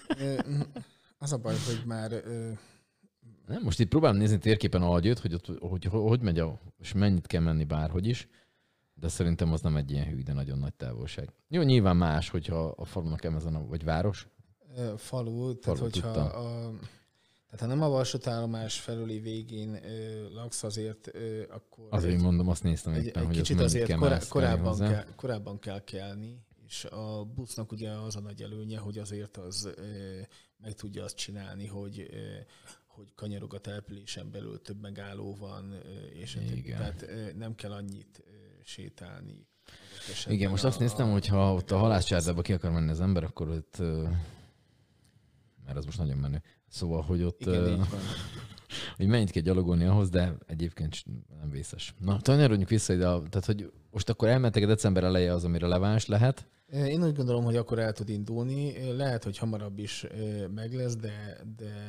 Az a baj, hogy már... Nem, most itt próbálom nézni térképen Algyőt, hogy megy, és mennyit kell menni bárhogy is, de szerintem az nem egy ilyen hű, de nagyon nagy távolság. Jó, nyilván más, hogyha a falunak ezen vagy város. Falu, tehát hogyha tehát ha nem a vasútállomás felüli végén laksz, azért akkor... Azért mondom, azt néztem éppen, hogy kicsit az azért korábban kell kelni, és a busznak ugye az a nagy előnye, hogy azért az meg tudja azt csinálni, hogy kanyarog a településen belül, több megálló van, és tehát nem kell annyit sétálni. Igen, most azt néztem, hogy ha ott a halászcsárdába ki akar menni az ember, akkor ott, mert az most nagyon menő. Szóval, hogy ott hogy mennyit kell gyalogolni ahhoz, de egyébként nem vészes. Na, tanyarodjunk vissza ide, tehát hogy most akkor elmentek a december eleje az, amire leváns lehet. Én úgy gondolom, hogy akkor el tud indulni. Lehet, hogy hamarabb is meg lesz, de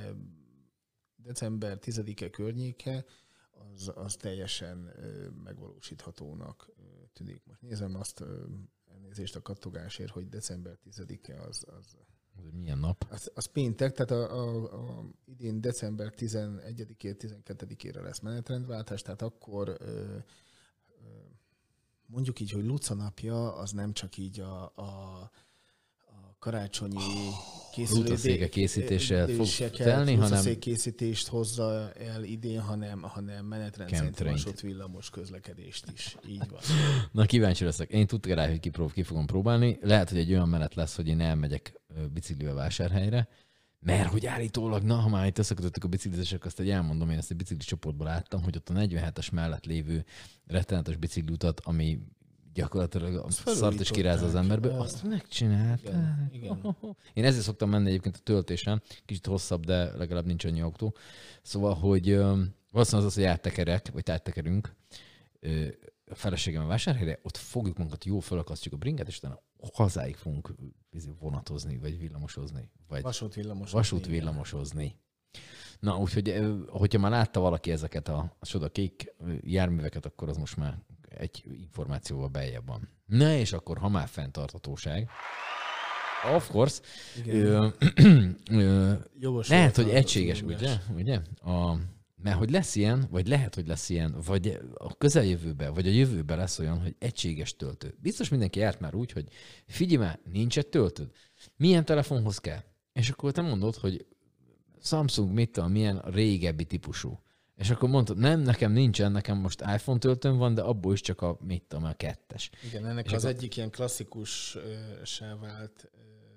december 10-e környéke az teljesen megvalósíthatónak tűnik. Most nézem azt, elnézést a kattogásért, hogy december 10-e az milyen nap? Az péntek, tehát a idén december 11-ére, 12-ére lesz menetrendváltás, tehát akkor mondjuk így, hogy Luca napja az nem csak így a karácsonyi készítéssel fog telni, hanem készítést hozza el idén, hanem menetrend szerint vasút villamos közlekedést is. Így van. Na, kíváncsi leszek. Én tudtam rá, hogy ki fogom próbálni. Lehet, hogy egy olyan menet lesz, hogy én elmegyek biciklivel Vásárhelyre, mert hogy állítólag, na, ha már itt összekötöttük a biciklizések, azt egy elmondom, én ezt egy bicikli csoportban láttam, hogy ott a 47-es mellett lévő rettenetes bicikliutat, ami gyakorlatilag szart és kiráz az emberből, azt megcsinálták. Igen. Én ezért szoktam menni egyébként a töltésen, kicsit hosszabb, de legalább nincs annyi autó. Szóval, hogy valószínűleg az, hogy áttekerünk a feleségem a Vásárhelyre, ott fogjuk magunkat, jól felakasztjuk a bringet, és utána hazáig fogunk vonatozni, vagy villamosozni. Vagy vasútvillamosozni. Na, úgyhogy, hogyha már látta valaki ezeket a kék járműveket, akkor az most már egy információval beljebb van. Na, és akkor, ha már fenntarthatóság, of course, lehet, hogy egységes, ugye? Mert hogy lesz ilyen, vagy lehet, hogy lesz ilyen, vagy a közeljövőben, vagy a jövőben lesz olyan, hogy egységes töltő. Biztos mindenki járt már úgy, hogy figyelj már, nincs egy töltőd. Milyen telefonhoz kell? És akkor te mondod, hogy Samsung milyen régebbi típusú. És akkor mondtad, nem, nekem nincsen, nekem most iPhone töltőm van, de abból is csak a 2-es. Igen, ennek és az egyik ilyen klasszikussá vált,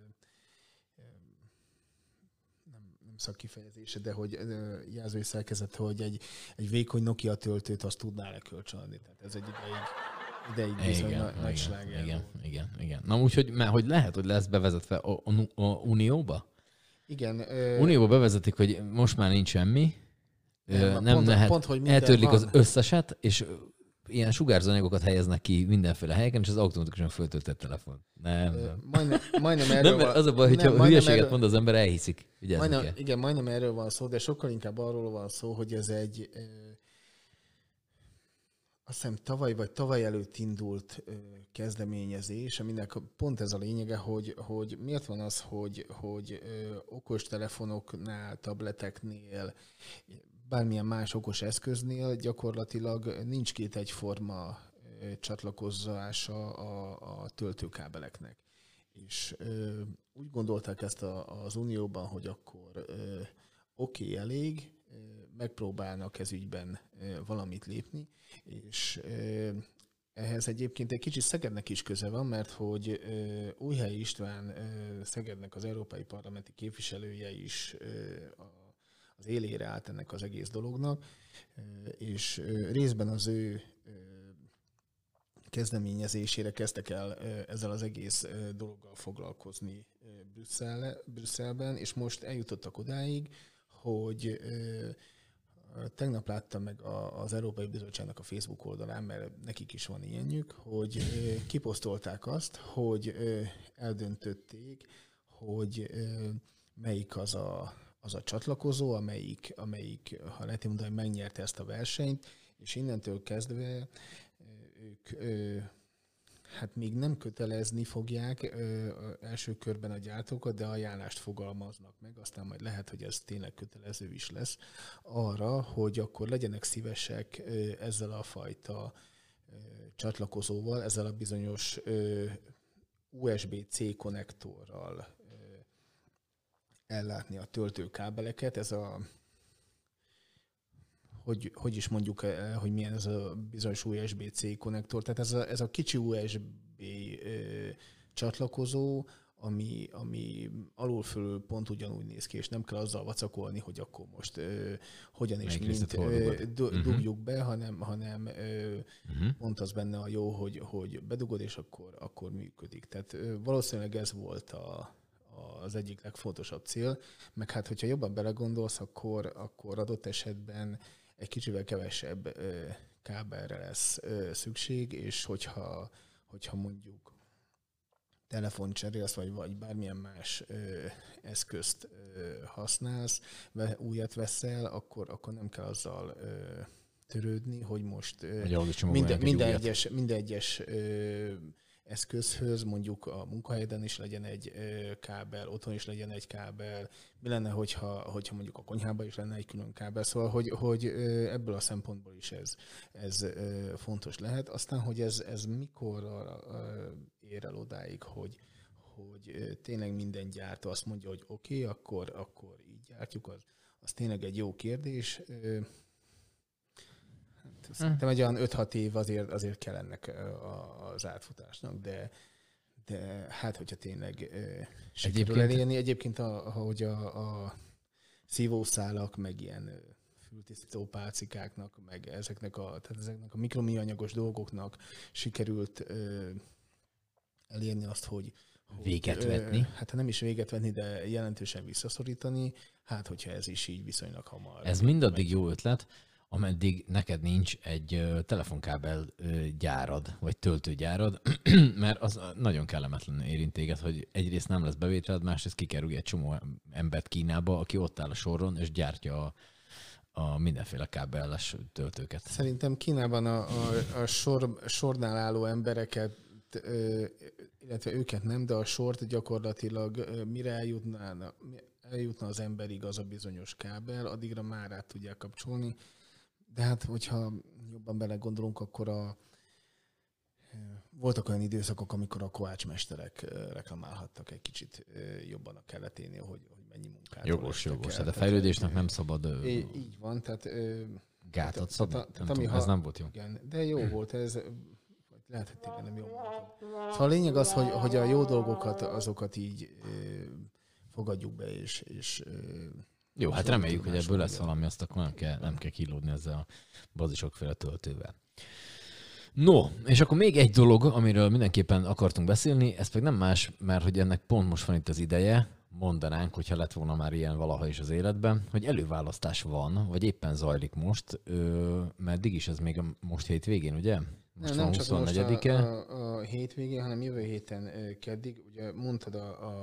nem szakkifejezése, de hogy jelzői szerkezet, hogy egy vékony Nokia töltőt azt tudnál lekölcsönadni. Tehát ez egy ideig bizony nagy sláger. Igen. Na úgyhogy, mert hogy lehet, hogy lesz bevezetve a Unióba? Igen. Unióba bevezetik, hogy most már nincs semmi, nem lehet, eltörlik az összeset, és ilyen sugárzóanyagokat helyeznek ki mindenféle helyeken, és az automatikusan föltöltett telefon. Nem. Majdnem erről van. Az a baj, hogyha hülyeséget mond az ember, elhiszik. Igen, majdnem erről van szó, de sokkal inkább arról van szó, hogy ez egy... azt hiszem tavaly vagy tavaly előtt indult kezdeményezés, aminek pont ez a lényege, hogy miért van az, hogy okostelefonoknál, tableteknél, bármilyen más okos eszköznél gyakorlatilag nincs két egyforma csatlakozása a töltőkábeleknek. És úgy gondolták ezt az Unióban, hogy akkor oké, elég, megpróbálnak ez ügyben valamit lépni, és ehhez egyébként egy kicsit Szegednek is köze van, mert hogy Újhelyi István, Szegednek az európai parlamenti képviselője is az élére állt ennek az egész dolognak, és részben az ő kezdeményezésére kezdtek el ezzel az egész dologgal foglalkozni Brüsszelben, és most eljutottak odáig, hogy tegnap láttam meg az Európai Bizottságnak a Facebook oldalán, mert nekik is van ilyenjük, hogy kiposztolták azt, hogy eldöntötték, hogy melyik az a csatlakozó, amelyik, ha lehet mondani, megnyerte ezt a versenyt, és innentől kezdve ők hát még nem kötelezni fogják első körben a gyártókat, de ajánlást fogalmaznak meg, aztán majd lehet, hogy ez tényleg kötelező is lesz arra, hogy akkor legyenek szívesek ezzel a fajta csatlakozóval, ezzel a bizonyos USB-C konnektorral ellátni a töltőkábeleket. Ez a hogy is mondjuk, hogy milyen ez a bizonyos USB-C konnektor. Tehát ez a kicsi USB csatlakozó, ami alul-fölül pont ugyanúgy néz ki, és nem kell azzal vacakolni, hogy akkor most hogyan és mint dugjuk be, hanem pont az benne a jó, hogy bedugod, és akkor működik. Tehát valószínűleg ez volt az egyik legfontosabb cél, meg hát, hogyha jobban belegondolsz, akkor adott esetben egy kicsivel kevesebb kábelre lesz szükség, és hogyha mondjuk telefont cserélsz, vagy bármilyen más eszközt használsz, újat veszel, akkor nem kell azzal törődni, hogy most minden egyes eszközhöz, mondjuk a munkahelyeden is legyen egy kábel, otthon is legyen egy kábel. Mi lenne, hogyha mondjuk a konyhában is lenne egy külön kábel? Szóval, hogy ebből a szempontból is ez fontos lehet. Aztán, hogy ez mikor ér el odáig, hogy tényleg minden gyártó azt mondja, hogy oké, akkor így gyártjuk, az tényleg egy jó kérdés. Szerintem egy olyan 5-6 év azért kell ennek az átfutásnak, de hát, hogyha tényleg sikerül elérni. Egyébként, ahogy a szívószálak, meg ilyen fültisztító pálcikáknak, meg ezeknek a mikroműanyagos dolgoknak sikerült elérni azt, hogy véget vetni. Hát nem is véget vetni, de jelentősen visszaszorítani, hát hogyha ez is így viszonylag hamar. Ez mindaddig jó ötlet, ameddig neked nincs egy telefonkábel gyárad, vagy töltőgyárad, mert az nagyon kellemetlen érint téged, hogy egyrészt nem lesz bevételed, másrészt kikerülj egy csomó embert Kínába, aki ott áll a soron, és gyártja a mindenféle kábelles töltőket. Szerintem Kínában a sornál álló embereket, illetve őket nem, de a sort gyakorlatilag mire eljutna az emberig az a bizonyos kábel, addigra már át tudják kapcsolni. De hát, hogyha jobban belegondolunk, akkor voltak olyan időszakok, amikor a kovácsmesterek reklamálhattak egy kicsit jobban a keleténél, hogy mennyi munkát. Jogos. Tehát a fejlődésnek nem szabad így van, tehát gátat szabad. Ez nem volt jó. Igen, de jó volt ez. Lehet, hogy tényleg nem jó mondtam. Szóval a lényeg az, hogy a jó dolgokat, azokat így fogadjuk be, és jó, hát reméljük, hogy ebből lesz valami, azt akkor nem kell kilódni ezzel a bazisokféle töltővel. No, és akkor még egy dolog, amiről mindenképpen akartunk beszélni, ez pedig nem más, mert hogy ennek pont most van itt az ideje, mondanánk, hogyha lett volna már ilyen valaha is az életben, hogy előválasztás van, vagy éppen zajlik most, meddig is ez még most hétvégén, ugye? Most nem van csak 24-e. A hétvégén, hanem jövő héten keddig. Ugye mondtad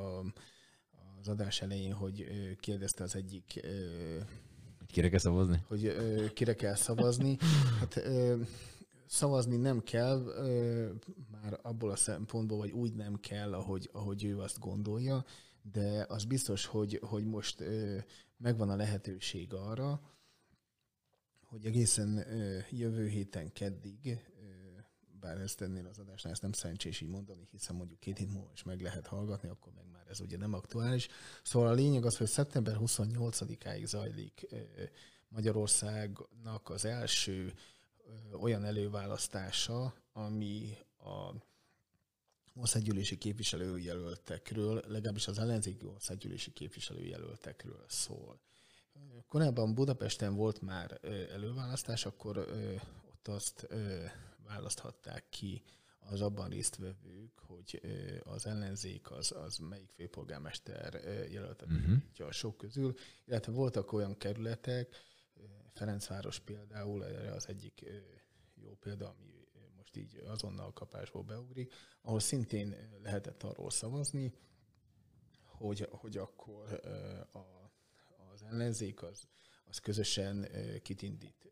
az adás elején, hogy kérdezte az egyik... Kire kell szavazni? Hogy kire kell szavazni. Hát szavazni nem kell, már abból a szempontból, vagy úgy nem kell, ahogy ő azt gondolja, de az biztos, hogy most megvan a lehetőség arra, hogy egészen jövő héten keddig, bár ezt ennél az adásnál ezt nem szerencsés így mondani, hiszen mondjuk 2 hét múlva is meg lehet hallgatni, akkor meg már ez ugye nem aktuális. Szóval a lényeg az, hogy szeptember 28-áig zajlik Magyarországnak az első olyan előválasztása, ami a országgyűlési képviselőjelöltekről, legalábbis az ellenzéki országgyűlési képviselőjelöltekről szól. Korábban Budapesten volt már előválasztás, akkor ott azt választhatták ki az abban résztvevők, hogy az ellenzék az melyik főpolgármester jelöltet a sok közül, illetve voltak olyan kerületek, Ferencváros például, erre az egyik jó példa, ami most így azonnal kapásból beugrik, ahol szintén lehetett arról szavazni, hogy akkor az ellenzék az közösen kit indít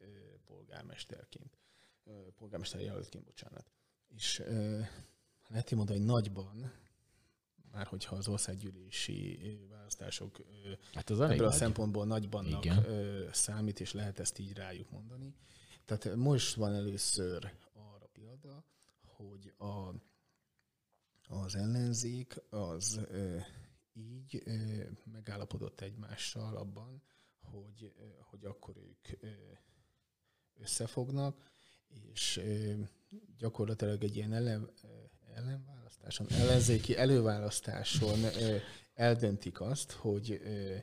polgármester jelöltként, bocsánat. És lehet mondani, hogy nagyban, már hogyha az országgyűlési választások hát az ebből a szempontból nagybannak számít, és lehet ezt így rájuk mondani. Tehát most van először arra példa, hogy az ellenzék az így megállapodott egymással abban, hogy akkor ők összefognak, és gyakorlatilag egy ilyen ellenzéki előválasztáson eldöntik azt, hogy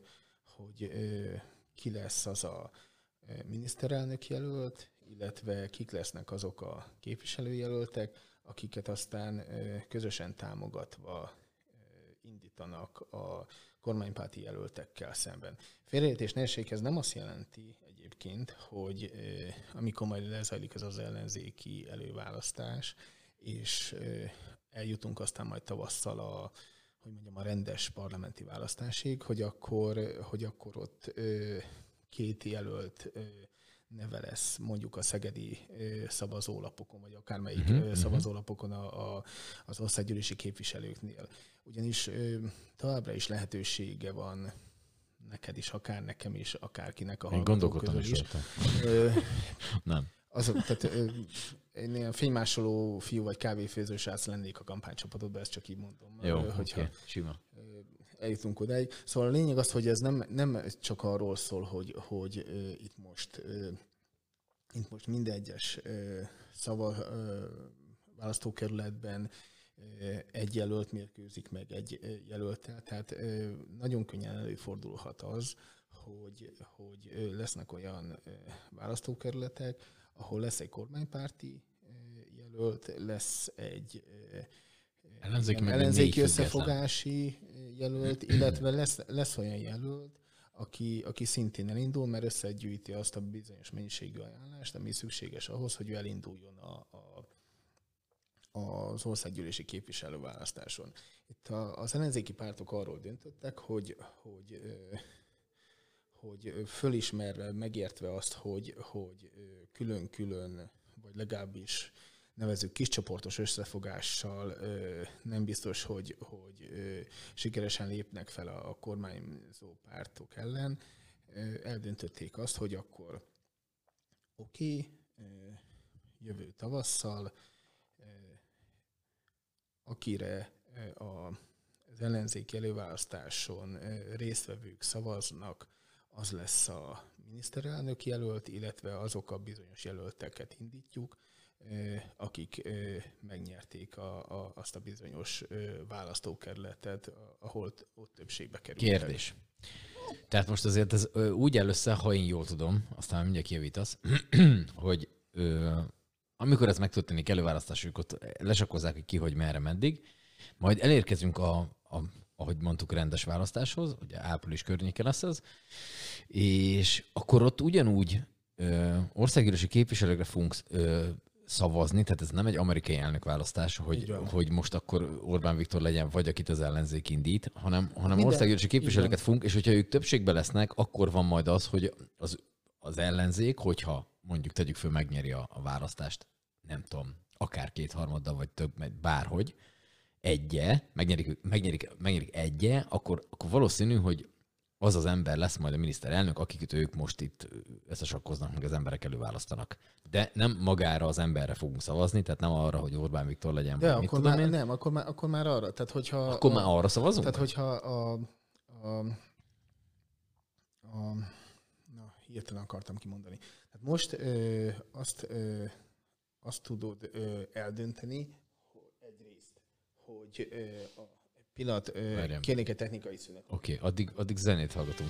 ki lesz az a miniszterelnök jelölt, illetve kik lesznek azok a képviselőjelöltek, akiket aztán közösen támogatva indítanak a kormánypárti jelöltekkel szemben. Félreértés ne essék, ez nem azt jelenti egyébként, hogy amikor majd lezajlik ez az ellenzéki előválasztás, és eljutunk aztán majd tavasszal a rendes parlamenti választásig, hogy akkor ott 2 jelölt neve lesz mondjuk a szegedi szavazólapokon, vagy akármelyik szavazólapokon az országgyűlési képviselőknél. Ugyanis továbbra is lehetősége van neked is, akár nekem is, akárkinek a hallgatók közül is. Nem. Tehát én ilyen fénymásoló fiú vagy kávéfőző srác lennék a kampánycsapatodban, ezt csak így mondom. Jó, hogyha sima. Eljutunk odáig. Szóval a lényeg az, hogy ez nem csak arról szól, hogy itt most minden egyes választókerületben egy jelölt mérkőzik meg egy jelölttel. Tehát nagyon könnyen előfordulhat az, hogy lesznek olyan választókerületek, ahol lesz egy kormánypárti jelölt, lesz egy ellenzéki összefogási jelölt, illetve lesz olyan jelölt, aki szintén elindul, mert összegyűjti azt a bizonyos mennyiségű ajánlást, ami szükséges ahhoz, hogy ő elinduljon az országgyűlési képviselőválasztáson. Itt az ellenzéki pártok arról döntöttek, hogy fölismerve, megértve azt, hogy külön-külön, vagy legalábbis nevezzük kiscsoportos összefogással nem biztos, hogy sikeresen lépnek fel a kormányzó pártok ellen. Eldöntötték azt, hogy akkor jövő tavasszal, akire az ellenzéki előválasztáson résztvevők szavaznak, az lesz a miniszterelnök jelölt, illetve azok a bizonyos jelölteket indítjuk, akik megnyerték azt a bizonyos választókerületet, ahol ott többségbe kerültek. Kérdés. Tehát most azért ez úgy áll össze, ha én jól tudom, aztán mindjárt kijavítasz, hogy amikor ez megtörténik előválasztásuk, ott lesakkozzák ki, hogy merre, meddig, majd elérkezünk ahogy mondtuk, rendes választáshoz, ugye április környéke lesz ez, és akkor ott ugyanúgy országgyűlési képviselőkre fogunk szavazni, tehát ez nem egy amerikai elnökválasztás, hogy most akkor Orbán Viktor legyen, vagy akit az ellenzék indít, hanem országgyűlési képviselőket fogunk, és hogyha ők többségben lesznek, akkor van majd az, hogy az ellenzék, hogyha mondjuk tegyük föl, megnyeri a választást nem tudom, akár kétharmaddal, vagy több, bárhogy, megnyerik egye, akkor valószínű, hogy az az ember lesz majd a miniszterelnök, akiket ők most itt összesakkoznak, meg az emberek előválasztanak. De nem magára az emberre fogunk szavazni, tehát nem arra, hogy Orbán Viktor legyen. De akkor már, nem, akkor már arra. Tehát, hogyha akkor már arra szavazunk? Tehát, hogyha na, hirtelen akartam kimondani. Tehát most azt tudod eldönteni egyrészt, hogy pillanat, kérnék egy technikai szünet. Oké, addig zenét hallgatunk.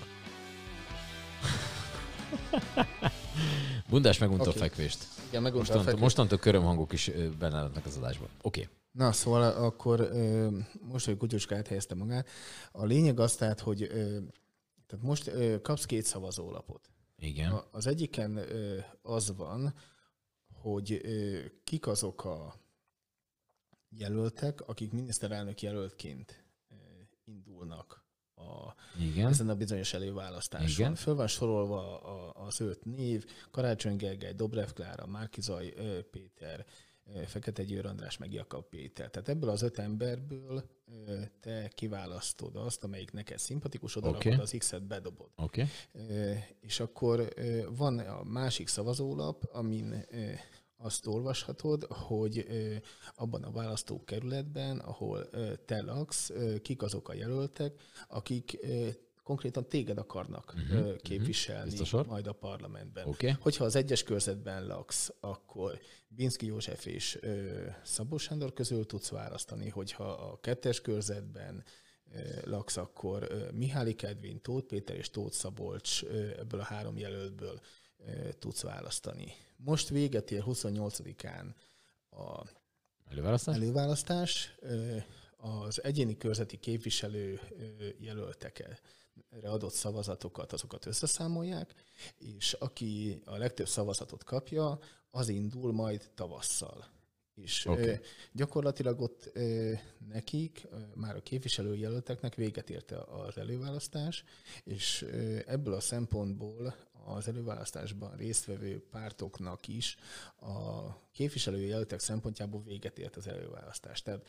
Bundás megunta a fekvést. Igen, megunta a fekvést. Mostantól körömhangok is benne lennek az adásban. Oké. Na, szóval akkor most, hogy Kutyuska áthelyezte magát, a lényeg az tehát, hogy tehát most kapsz 2 szavazólapot. Igen. Az egyiken az van, hogy kik azok a jelöltek, akik miniszterelnök jelöltként indulnak ezen a bizonyos előválasztáson. Igen. Föl van sorolva az 5 név: Karácsony Gergely, Dobrev Klára, Márki-Zay Péter, Fekete Győr András, meg Jakab Péter. Tehát ebből az 5 emberből te kiválasztod azt, amelyik neked szimpatikus, odarakod az X-et, bedobod. Okay. És akkor van a másik szavazólap, amin azt olvashatod, hogy abban a választókerületben, ahol te laksz, kik azok a jelöltek, akik konkrétan téged akarnak képviselni majd a parlamentben. Okay. Hogyha az 1-es körzetben laksz, akkor Binszky József és Szabó Sándor közül tudsz választani, hogyha a 2-es körzetben laksz, akkor Mihály Kedvin, Tóth Péter és Tóth Szabolcs ebből a 3 jelöltből tudsz választani. Most véget ér 28-án a előválasztás. Az egyéni körzeti képviselő jelöltekre adott szavazatokat, azokat összeszámolják, és aki a legtöbb szavazatot kapja, az indul majd tavasszal. És gyakorlatilag ott nekik, már a képviselőjelölteknek véget érte az előválasztás, és ebből a szempontból az előválasztásban résztvevő pártoknak is a képviselőjelöltek szempontjából véget ért az előválasztás. Tehát,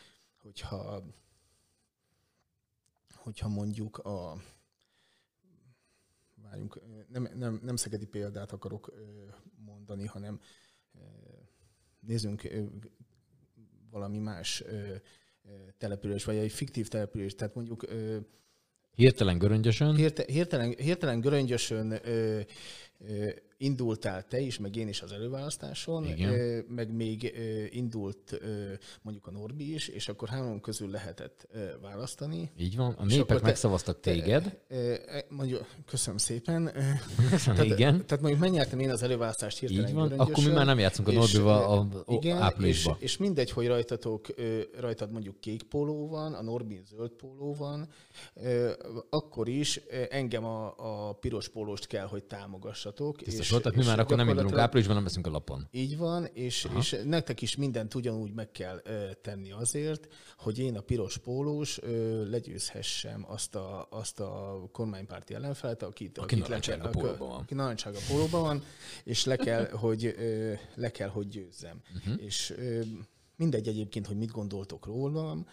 hogyha mondjuk nem szegedi példát akarok mondani, hanem nézzünk valami más település, vagy egy fiktív település. Tehát mondjuk hirtelen Göröngyösön? Hirtelen Göröngyösön indultál te is, meg én is az előválasztáson, meg még indult mondjuk a Norbi is, és akkor 3 közül lehetett választani. Így van, a népek megszavaztak téged. Mondjuk, köszönöm szépen. Igen. Tehát mondjuk megnyertem én az előválasztást hirtelen Így van, akkor mi már nem játszunk a Norbival áprilisban. És mindegy, hogy rajtad mondjuk kék póló van, a Norbin zöld póló van, akkor is engem a piros pólóst kell, hogy támogassatok. Tehát mi már akkor nem indulunk áprilisban, nem veszünk a lapon. Így van, és nektek is mindent ugyanúgy meg kell tenni azért, hogy én a piros pólós legyőzhessem azt a kormánypárti ellenfelet, aki narancssárga pólóban van, és le kell, hogy győzzem. És mindegy egyébként, hogy mit gondoltok rólam,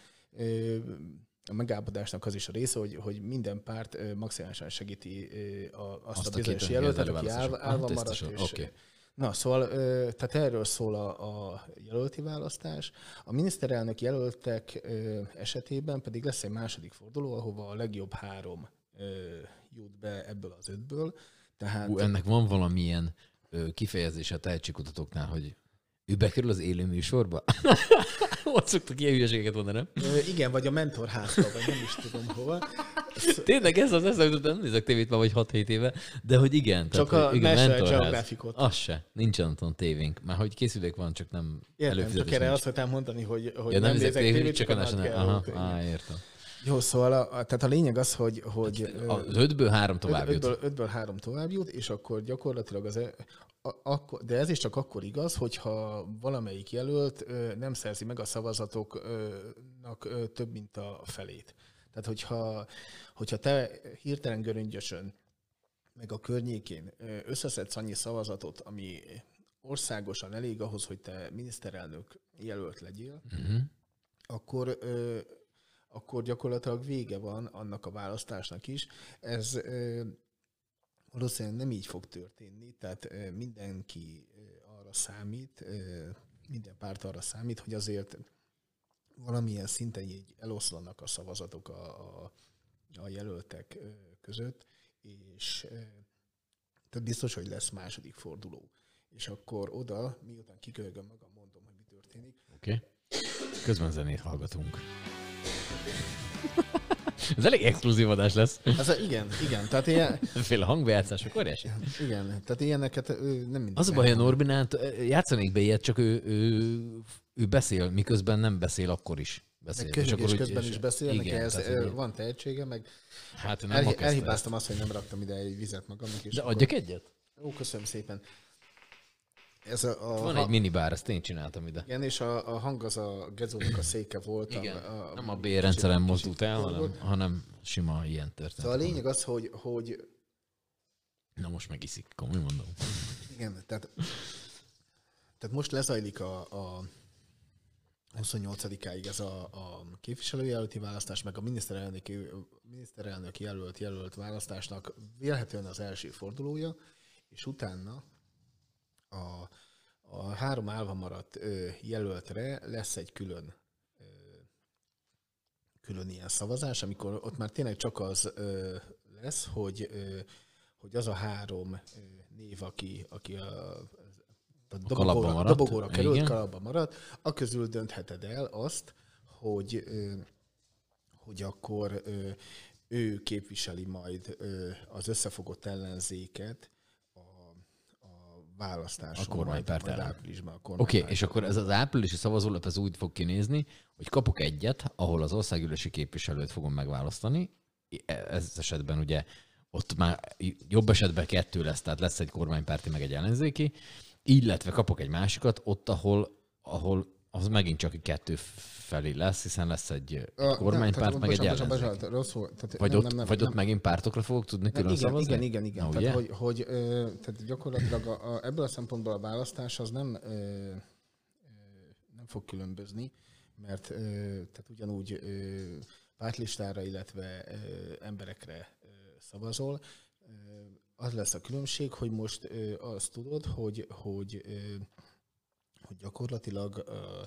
a megállapodásnak az is a része, hogy minden párt maximálisan segíti azt a bizonyos jelöltet, aki állva maradt. Na, szóval, tehát erről szól a jelölti választás. A miniszterelnök jelöltek esetében pedig lesz egy második forduló, ahova a legjobb 3 jut be ebből az 5-ből. Tehát... ennek van valamilyen kifejezése a tehetségkutatóknál, hogy ő bekerül az élő műsorba? Ott szoktak ilyen hülyeségeket mondani, nem? Igen, vagy a mentorházba, vagy nem is tudom hova. Tényleg ez az eszembe jutott, nem nézek tévét már vagy 6-7 éve, de hogy igen. Csak tehát, a National Geographicot. Az se, nincsen otthon tévénk. Már hogy készülék van, csak nem előfizetés. Csak erre azt szoktam mondani, hogy nem nézek tévét, csak a National. Értem. Jó, szóval tehát a lényeg az, hogy az 5-ből 3 tovább jut. 5-ből 3 tovább jut, és akkor gyakorlatilag de ez is csak akkor igaz, hogyha valamelyik jelölt nem szerzi meg a szavazatoknak több, mint a felét. Tehát, hogyha te hirtelen Göröngyösön, meg a környékén összeszedsz annyi szavazatot, országosan elég ahhoz, hogy te miniszterelnök jelölt legyél, akkor gyakorlatilag vége van annak a választásnak is. Ez valószínűleg nem így fog történni, tehát mindenki arra számít, minden párt arra számít, hogy azért valamilyen szinten így eloszlanak a szavazatok a jelöltek között, és tehát biztos, hogy lesz második forduló. És akkor oda, miután kikölgöm magam, mondom, hogy mi történik. Oké. Közben zenét hallgatunk. Ez elég exkluzív adás lesz. Igen. Tehát ilyen... Fél a hangbejátszások, óriási. Igen, tehát ilyeneket nem mindig. Az a baj, a Norbinát játszanék be ilyet, csak ő beszél, miközben nem beszél, akkor is beszél. És akkor közben is beszél, neki van tehetsége, meg hát elhibáztam azt, hogy nem raktam ide egy vizet magamnak. De adjak egyet? Ó, köszönöm szépen. Van egy minibár, ezt én csináltam ide. Igen, és a hang az a Gezónak a széke volt. Igen, nem a B-rendszeren mozdult el, hanem sima ilyen történet. Szóval a lényeg az, hogy... Na most megiszik, komoly mondom. Igen, tehát most lezajlik a 28-áig ez a képviselőjelölti választás, meg a miniszterelnöki jelölt választásnak vélhetően az első fordulója, és utána a 3 állva maradt jelöltre lesz egy külön ilyen szavazás, amikor ott már tényleg csak az lesz, hogy az a 3 név, aki a dobogóra került, kalapba maradt, a közül döntheted el azt, hogy akkor ő képviseli majd az összefogott ellenzéket választáson. A kormánypárt ellen. Áprilisban. Oké, és akkor ez az áprilisi szavazólap ez úgy fog kinézni, hogy kapok egyet, ahol az országgyűlési képviselőt fogom megválasztani. Ez esetben ugye ott már jobb esetben 2 lesz, tehát lesz egy kormánypárti, meg egy ellenzéki, illetve kapok egy másikat ott, ahol az megint csak 2 felé lesz, hiszen lesz egy kormánybárt, meg egy ellenzéki. Vagy ott megint pártokra fogok tudni külön szavazni? Igen. Tehát gyakorlatilag ebből a szempontból a választás az nem fog különbözni, mert tehát ugyanúgy pártlistára, illetve emberekre szavazol. Az lesz a különbség, hogy most azt tudod, hogy gyakorlatilag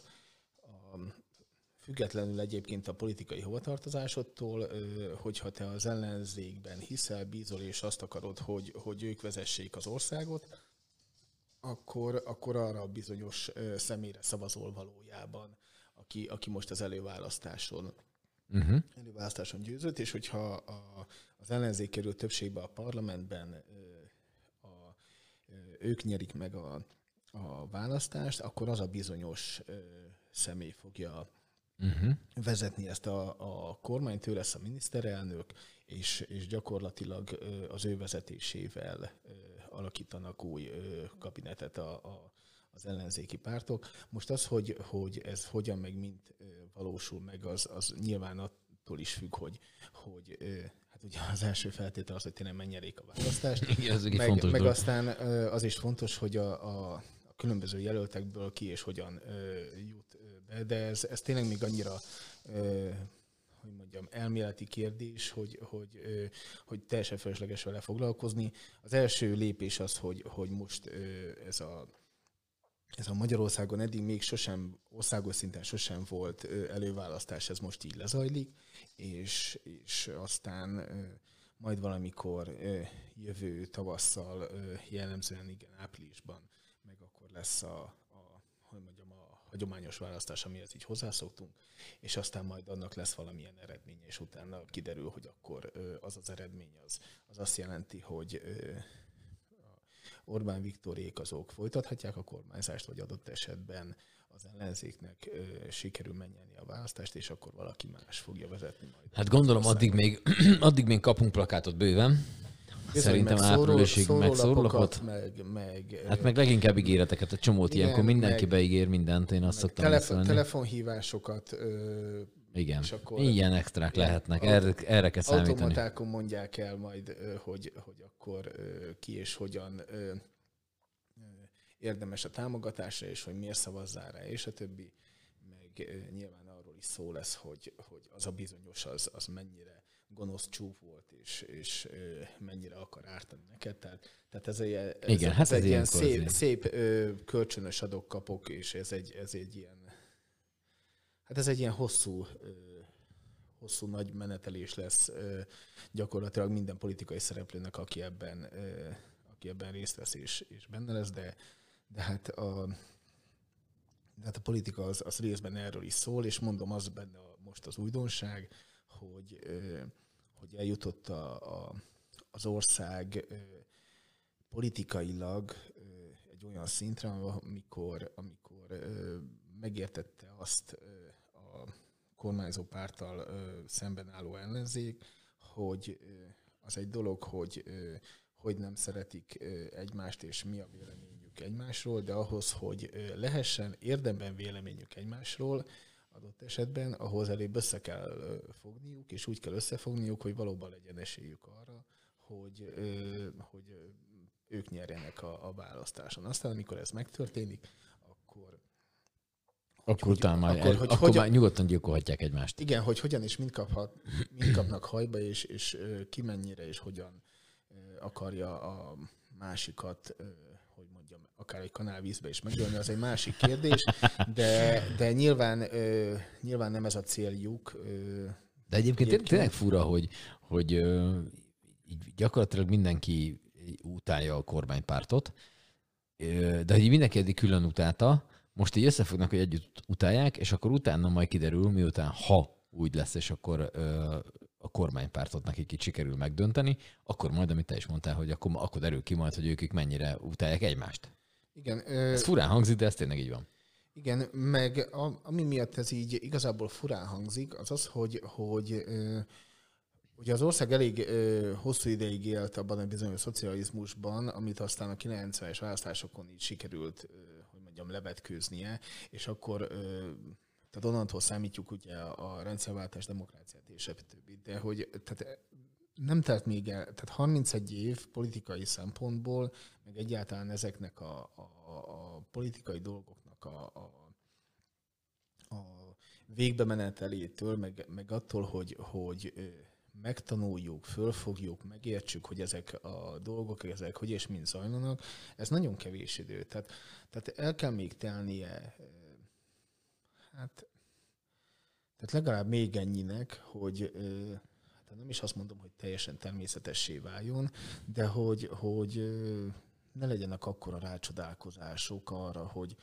függetlenül egyébként a politikai hovatartozásodtól, hogyha te az ellenzékben hiszel, bízol és azt akarod, hogy ők vezessék az országot, akkor arra a bizonyos személyre szavazol valójában, aki most az előválasztáson győzött, és hogyha az ellenzék kerül többségbe a parlamentben, ők nyerik meg a választást, akkor az a bizonyos személy fogja vezetni ezt a kormányt, ő lesz a miniszterelnök, és gyakorlatilag az ő vezetésével alakítanak új kabinetet az ellenzéki pártok. Most az, hogy ez hogyan meg mint valósul meg, az nyilván attól is függ, hogy hát ugye az első feltétel az, hogy tényleg megnyerik a választást. Igen, meg aztán az is fontos, hogy a különböző jelöltekből ki és hogyan jut be, de ez tényleg még annyira hogy mondjam, elméleti kérdés, hogy teljesen fölösleges vele foglalkozni. Az első lépés az, hogy most ez a Magyarországon eddig még sosem, országos szinten sosem volt előválasztás, ez most így lezajlik, és aztán majd valamikor jövő tavasszal, jellemzően igen, áprilisban, meg akkor lesz a hagyományos választás, amihez így hozzászoktunk, és aztán majd annak lesz valamilyen eredménye, és utána kiderül, hogy akkor az eredmény az azt jelenti, hogy Orbán Viktorék azok folytathatják a kormányzást, vagy adott esetben az ellenzéknek sikerül megnyerni a választást, és akkor valaki más fogja vezetni majd. Hát gondolom addig még kapunk plakátot bőven. Szerintem áprilisig meg szórólapot. Hát meg leginkább ígéreteket, a csomót ilyenkor mindenki beígér mindent, én azt szoktam beszélni. Telefonhívásokat. Igen, ilyen extrák lehetnek, erre kell számítani. Automatákon mondják el majd, hogy akkor ki és hogyan érdemes a támogatásra, és hogy miért szavazzál rá, és a többi. Meg nyilván arról is szó lesz, hogy az a bizonyos, az mennyire gonosz csúf volt, és mennyire akar ártani neked. Tehát ez egy ilyen szép kölcsönös adok-kapok, és ez egy ilyen, hát ez egy ilyen hosszú nagy menetelés lesz gyakorlatilag minden politikai szereplőnek, aki ebben részt vesz és benne lesz, de hát a politika az részben erről is szól, és mondom, az benne most az újdonság, hogy eljutott az ország politikailag egy olyan szintre, amikor megértette azt a kormányzó párttal szemben álló ellenzék, hogy az egy dolog, hogy nem szeretik egymást, és mi a véleményük egymásról, de ahhoz, hogy lehessen érdemben véleményük egymásról, adott esetben, ahhoz előbb össze kell fogniuk, és úgy kell összefogniuk, hogy valóban legyen esélyük arra, hogy ők nyerjenek a választáson. Aztán, amikor ez megtörténik, akkor utána nyugodtan gyilkolhatják egymást. Igen, hogy hogyan és mind kapnak hajba, és ki mennyire és hogyan akarja a másikat, hogy mondjam, akár egy kanálvízbe is megölni, az egy másik kérdés, de nyilván nem ez a céljuk. De egyébként tényleg fura, hogy így gyakorlatilag mindenki utálja a kormánypártot, de hogy mindenki eddig külön utálta, most így összefognak, hogy együtt utálják, és akkor utána majd kiderül, miután ha úgy lesz, és akkor a kormánypártot nekik itt sikerül megdönteni, akkor majd, amit te is mondtál, hogy akkor derül ki majd, hogy ők mennyire utálják egymást. Igen. Ez furán hangzik, de ez tényleg így van. Igen, meg ami miatt ez így igazából furán hangzik, az, hogy ugye az ország elég hosszú ideig élt abban a bizonyos szocializmusban, amit aztán a 90-es választásokon így sikerült, hogy mondjam, levetkőznie, és akkor tehát onnantól számítjuk ugye a rendszerváltás, demokráciát és többi, de hogy tehát nem telt még el, tehát 31 év politikai szempontból, meg egyáltalán ezeknek a politikai dolgoknak a végbemenetelétől, meg attól, hogy megtanuljuk, fölfogjuk, megértsük, hogy ezek a dolgok, ezek hogy és mind zajlanak, ez nagyon kevés idő. Tehát el kell még telnie, tehát legalább még ennyinek, hogy nem is azt mondom, hogy teljesen természetessé váljon, de hogy ne legyenek akkora rácsodálkozások arra, hogy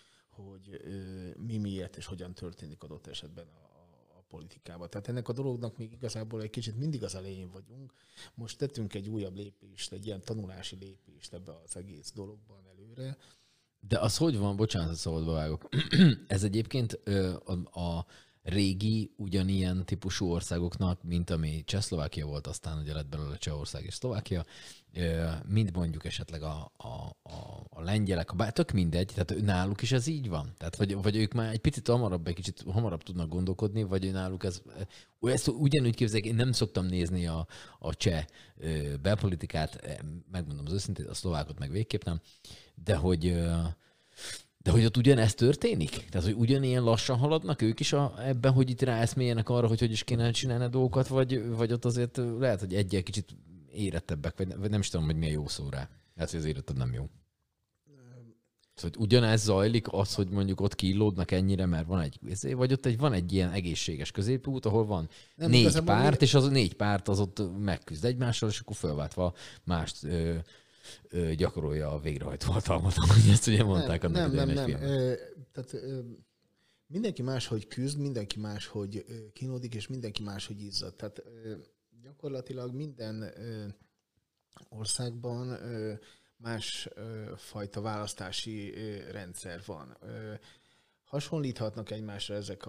mi miért és hogyan történik adott esetben a politikában. Tehát ennek a dolognak még igazából egy kicsit mindig az elején vagyunk. Most tettünk egy újabb lépést, egy ilyen tanulási lépést ebbe az egész dologban előre. De az hogy van, bocsánat, szabadba vágok. Ez egyébként a régi ugyanilyen típusú országoknak, mint ami Csehszlovákia volt, aztán ugye lett belőle Csehország és Szlovákia, mind mondjuk esetleg a lengyelek, tök mindegy, tehát náluk is ez így van? Tehát vagy ők már egy kicsit hamarabb tudnak gondolkodni, vagy náluk ezt ugyanúgy képzeljék, én nem szoktam nézni a cseh belpolitikát, megmondom az őszintén, a szlovákot meg végképp nem, de hogy ott ugyanezt történik? Tehát, hogy ugyanilyen lassan haladnak ők is ebben, hogy itt ráeszméljenek arra, hogy is kéne csinálni a dolgokat, vagy ott azért lehet, hogy egyel kicsit érettebbek, vagy nem is tudom, hogy milyen jó szó rá. Lehet, hogy az érettebb nem jó. Szóval ugyanez zajlik az, hogy mondjuk ott kínlódnak ennyire, mert van vagy ott van egy ilyen egészséges középút, ahol van négy párt, és az a négy párt az ott megküzd egymással, és akkor fölváltva mást gyakorolja a végrehajtó hatalmat, ahogy ezt ugye mondták annak idején egy filmben. Tehát mindenki máshogy küzd, mindenki máshogy kínódik, és mindenki máshogy izzad. Tehát gyakorlatilag minden országban más fajta választási rendszer van. Hasonlíthatnak egymásra ezek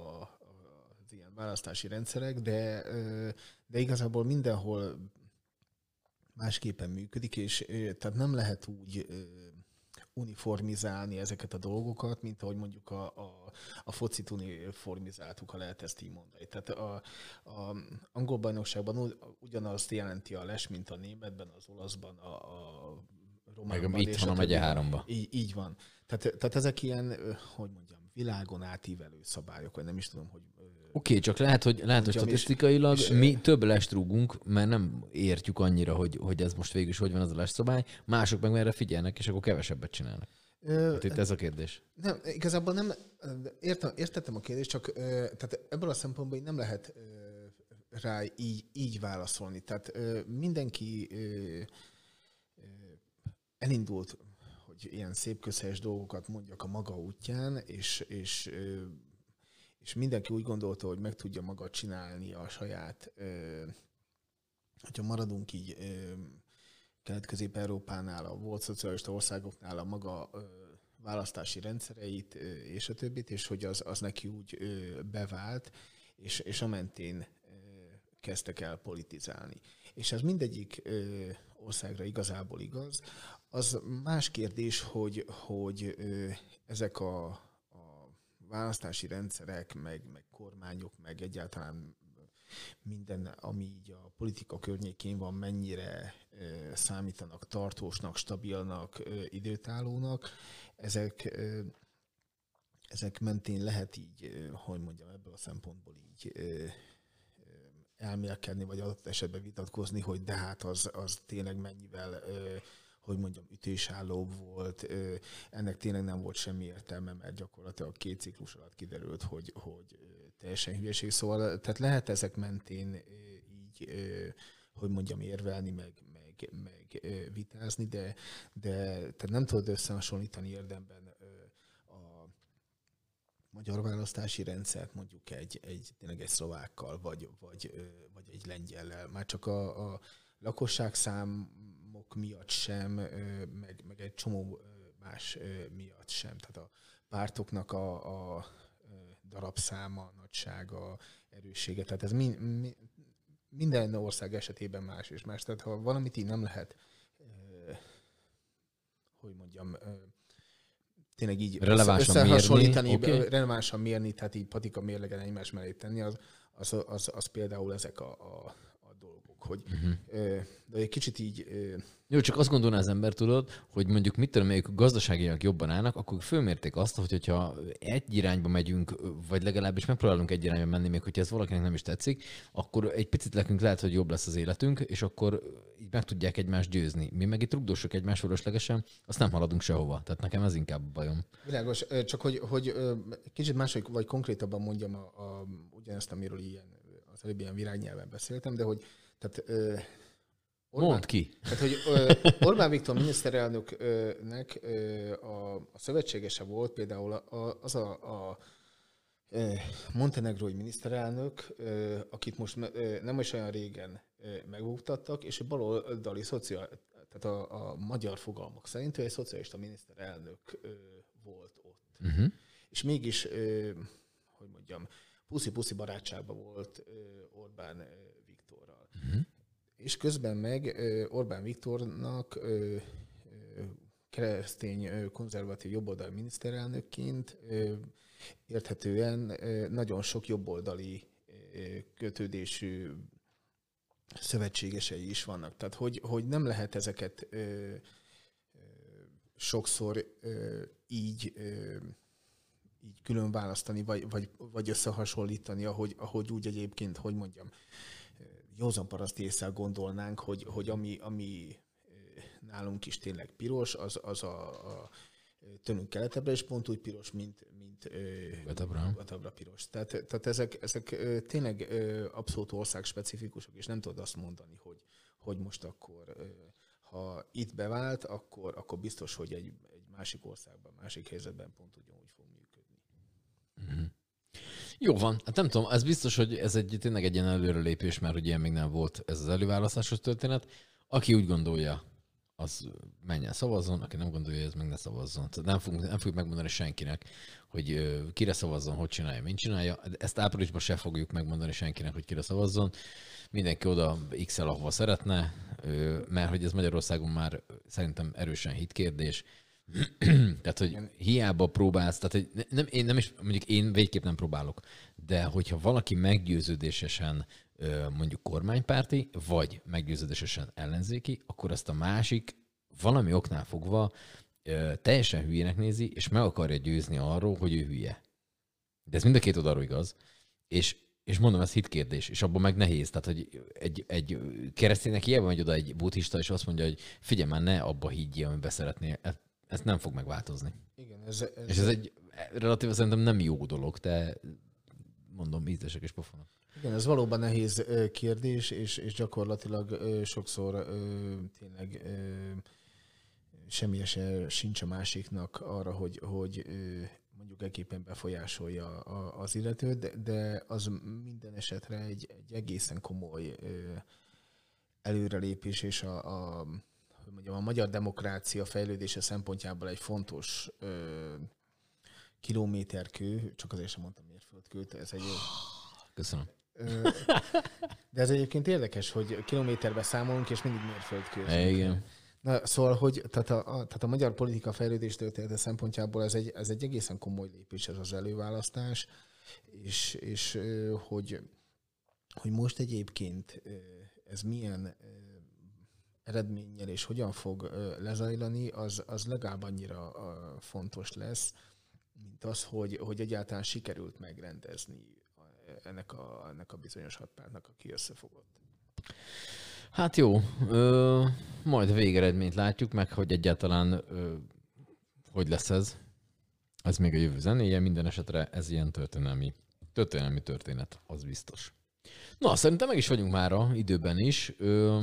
az ilyen választási rendszerek, de igazából mindenhol másképpen működik, és tehát nem lehet úgy uniformizálni ezeket a dolgokat, mint ahogy mondjuk a focit uniformizáltuk, ha lehet ezt így mondani. Tehát a angol bajnokságban ugyanazt jelenti a les, mint a németben, az olaszban a Románban. Meg itt van a megye 3-ba. Így van. Tehát ezek ilyen, hogy mondjam, világon átívelő szabályok, vagy nem is tudom, hogy... Oké, csak lehet, hogy statisztikailag mi több lest rúgunk, mert nem értjük annyira, hogy ez most végül is hogy van az a lestszabály, mások meg erre figyelnek, és akkor kevesebbet csinálnak. Hát itt ez a kérdés. Nem, igazából nem, értettem a kérdést, csak tehát ebből a szempontból nem lehet rá így válaszolni. Tehát mindenki elindult, hogy ilyen szép közhelyes dolgokat mondjak a maga útján, és mindenki úgy gondolta, hogy meg tudja maga csinálni a saját, hogyha maradunk így Kelet-Közép-Európánál, a volt szocialista országoknál a maga választási rendszereit, és a többit, és hogy az neki úgy bevált, és a mentén kezdtek el politizálni. És ez mindegyik országra igazából igaz. Az más kérdés, hogy ezek a választási rendszerek, meg kormányok, meg egyáltalán minden, ami így a politika környékén van, mennyire számítanak tartósnak, stabilnak, időtállónak. Ezek mentén lehet így, hogy mondjam, ebből a szempontból így elmélkedni, vagy adott esetben vitatkozni, hogy de hát az tényleg mennyivel, hogy mondjam, ütésálló volt. Ennek tényleg nem volt semmi értelme, mert gyakorlatilag 2 ciklus alatt kiderült, hogy teljesen hülyeség. Szóval tehát lehet ezek mentén így, hogy mondjam, érvelni, meg vitázni, de tehát nem tudod összehasonlítani érdemben a magyar választási rendszert mondjuk tényleg egy szlovákkal, vagy egy lengyellel. Már csak a lakosságszámok miatt sem, meg egy csomó más miatt sem. Tehát a pártoknak a darabszáma, nagysága, erőssége. Tehát ez minden ország esetében más és más. Tehát ha valamit így nem lehet, hogy mondjam, tényleg így összehasonlítani, relevánsan mérni, tehát így patika mérlegen egymás mellé tenni, az például ezek a dolgok, hogy de egy kicsit így... Jó, csak azt gondolná az ember, tudod, hogy mondjuk mit tudom, melyik gazdaságilag jobban állnak, akkor fölmérték azt, hogyha egy irányba megyünk, vagy legalábbis megpróbálunk egy irányba menni, még hogyha ez valakinek nem is tetszik, akkor egy picit nekünk lehet, hogy jobb lesz az életünk, és akkor így meg tudják egymást győzni. Mi meg itt rugdósok egymás fölöslegesen, azt nem haladunk sehova. Tehát nekem ez inkább bajom. Világos, csak hogy kicsit máshogy, vagy konkrétabban mondjam ugyanezt, amiről az előbb ilyen virágnyelven beszéltem, de hogy tehát mondd ki. Tehát, hogy Orbán Viktor miniszterelnöknek a szövetségese volt például az a montenegrói miniszterelnök, akit most nem is olyan régen megbuktattak, és baloldali tehát a magyar fogalmak szerint ő egy szocialista miniszterelnök volt ott. És mégis, hogy mondjam, puszi-puszi barátságban volt Orbán Viktorral. És közben meg Orbán Viktornak keresztény konzervatív jobboldali miniszterelnökként érthetően nagyon sok jobboldali kötődésű szövetségesei is vannak. Tehát, hogy nem lehet ezeket sokszor így külön választani, vagy összehasonlítani, ahogy úgy egyébként, hogy mondjam, józan paraszti ésszel gondolnánk, hogy ami nálunk is tényleg piros, az a tőlünk keletebbre is pont úgy piros, mint nyugatabbra piros. Tehát ezek tényleg abszolút országspecifikusok, és nem tudod azt mondani, hogy most akkor, ha itt bevált, akkor biztos, hogy egy másik országban, másik helyzetben pont ugyanúgy fog működni. Jó van, hát nem tudom, ez biztos, hogy ez tényleg egy ilyen előrelépés, mert hogy ilyen még nem volt ez az előválasztásos történet. Aki úgy gondolja, az menjen szavazzon, aki nem gondolja, ez meg ne szavazzon. Nem fogjuk megmondani senkinek, hogy kire szavazzon, hogy csinálja, mint csinálja. Ezt áprilisban se fogjuk megmondani senkinek, hogy kire szavazzon. Mindenki oda x-el, ahova szeretne, mert hogy ez Magyarországon már szerintem erősen hitkérdés. Tehát, hogy hiába próbálsz, tehát én nem is, mondjuk én végképp nem próbálok, de hogyha valaki meggyőződésesen mondjuk kormánypárti, vagy meggyőződésesen ellenzéki, akkor azt a másik valami oknál fogva teljesen hülyének nézi, és meg akarja győzni arról, hogy ő hülye. De ez mind a két oldalról igaz. És mondom, ez hitkérdés, és abban meg nehéz. Tehát, hogy egy kereszténynek hiába megy oda egy buddhista, és azt mondja, hogy figyelj már, ne abba higgyél, amiben szeretnél. Ez nem fog megváltozni. Igen, és ez egy relatíve szerintem nem jó dolog, de mondom, ízlesek és pofonok. Igen, ez valóban nehéz kérdés, és gyakorlatilag sokszor tényleg semmi esély sincs a másiknak arra, hogy mondjuk ekképpen befolyásolja az illetőt, de az minden esetre egy egészen komoly előrelépés, és a magyar demokrácia fejlődése szempontjából egy fontos kilométerkő, csak azért sem mondtam mérföldkőt, ez egy... Köszönöm. De ez egyébként érdekes, hogy kilométerbe számolunk, és mindig mérföldkő. Igen. Na, szóval, hogy tehát a magyar politika fejlődés története szempontjából ez egy egészen komoly lépés ez az előválasztás, és hogy most egyébként ez milyen eredménnyel és hogyan fog lezajlani, az legalább annyira fontos lesz, mint az, hogy egyáltalán sikerült megrendezni ennek a bizonyos hatpártnak, aki összefogott. Hát jó, majd a végeredményt látjuk meg, hogy egyáltalán hogy lesz ez. Ez még a jövő zenéje, minden esetre ez ilyen történelmi történet, az biztos. Na, szerintem meg is vagyunk mára időben is.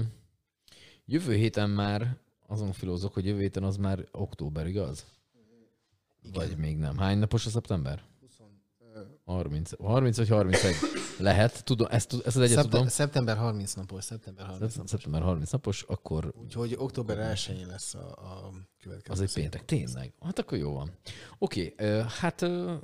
Jövő héten már azon filózok, hogy jövő héten az már október, igaz? Igen. Vagy még nem. Hány napos a szeptember? 30 vagy 31 lehet. Tudom, ezt az egyet tudom. Szeptember 30 napos. Szeptember 30 napos, akkor... Úgyhogy október 1-én lesz a következő. Az egy péntek, tényleg. Hát akkor jó van. Oké, hát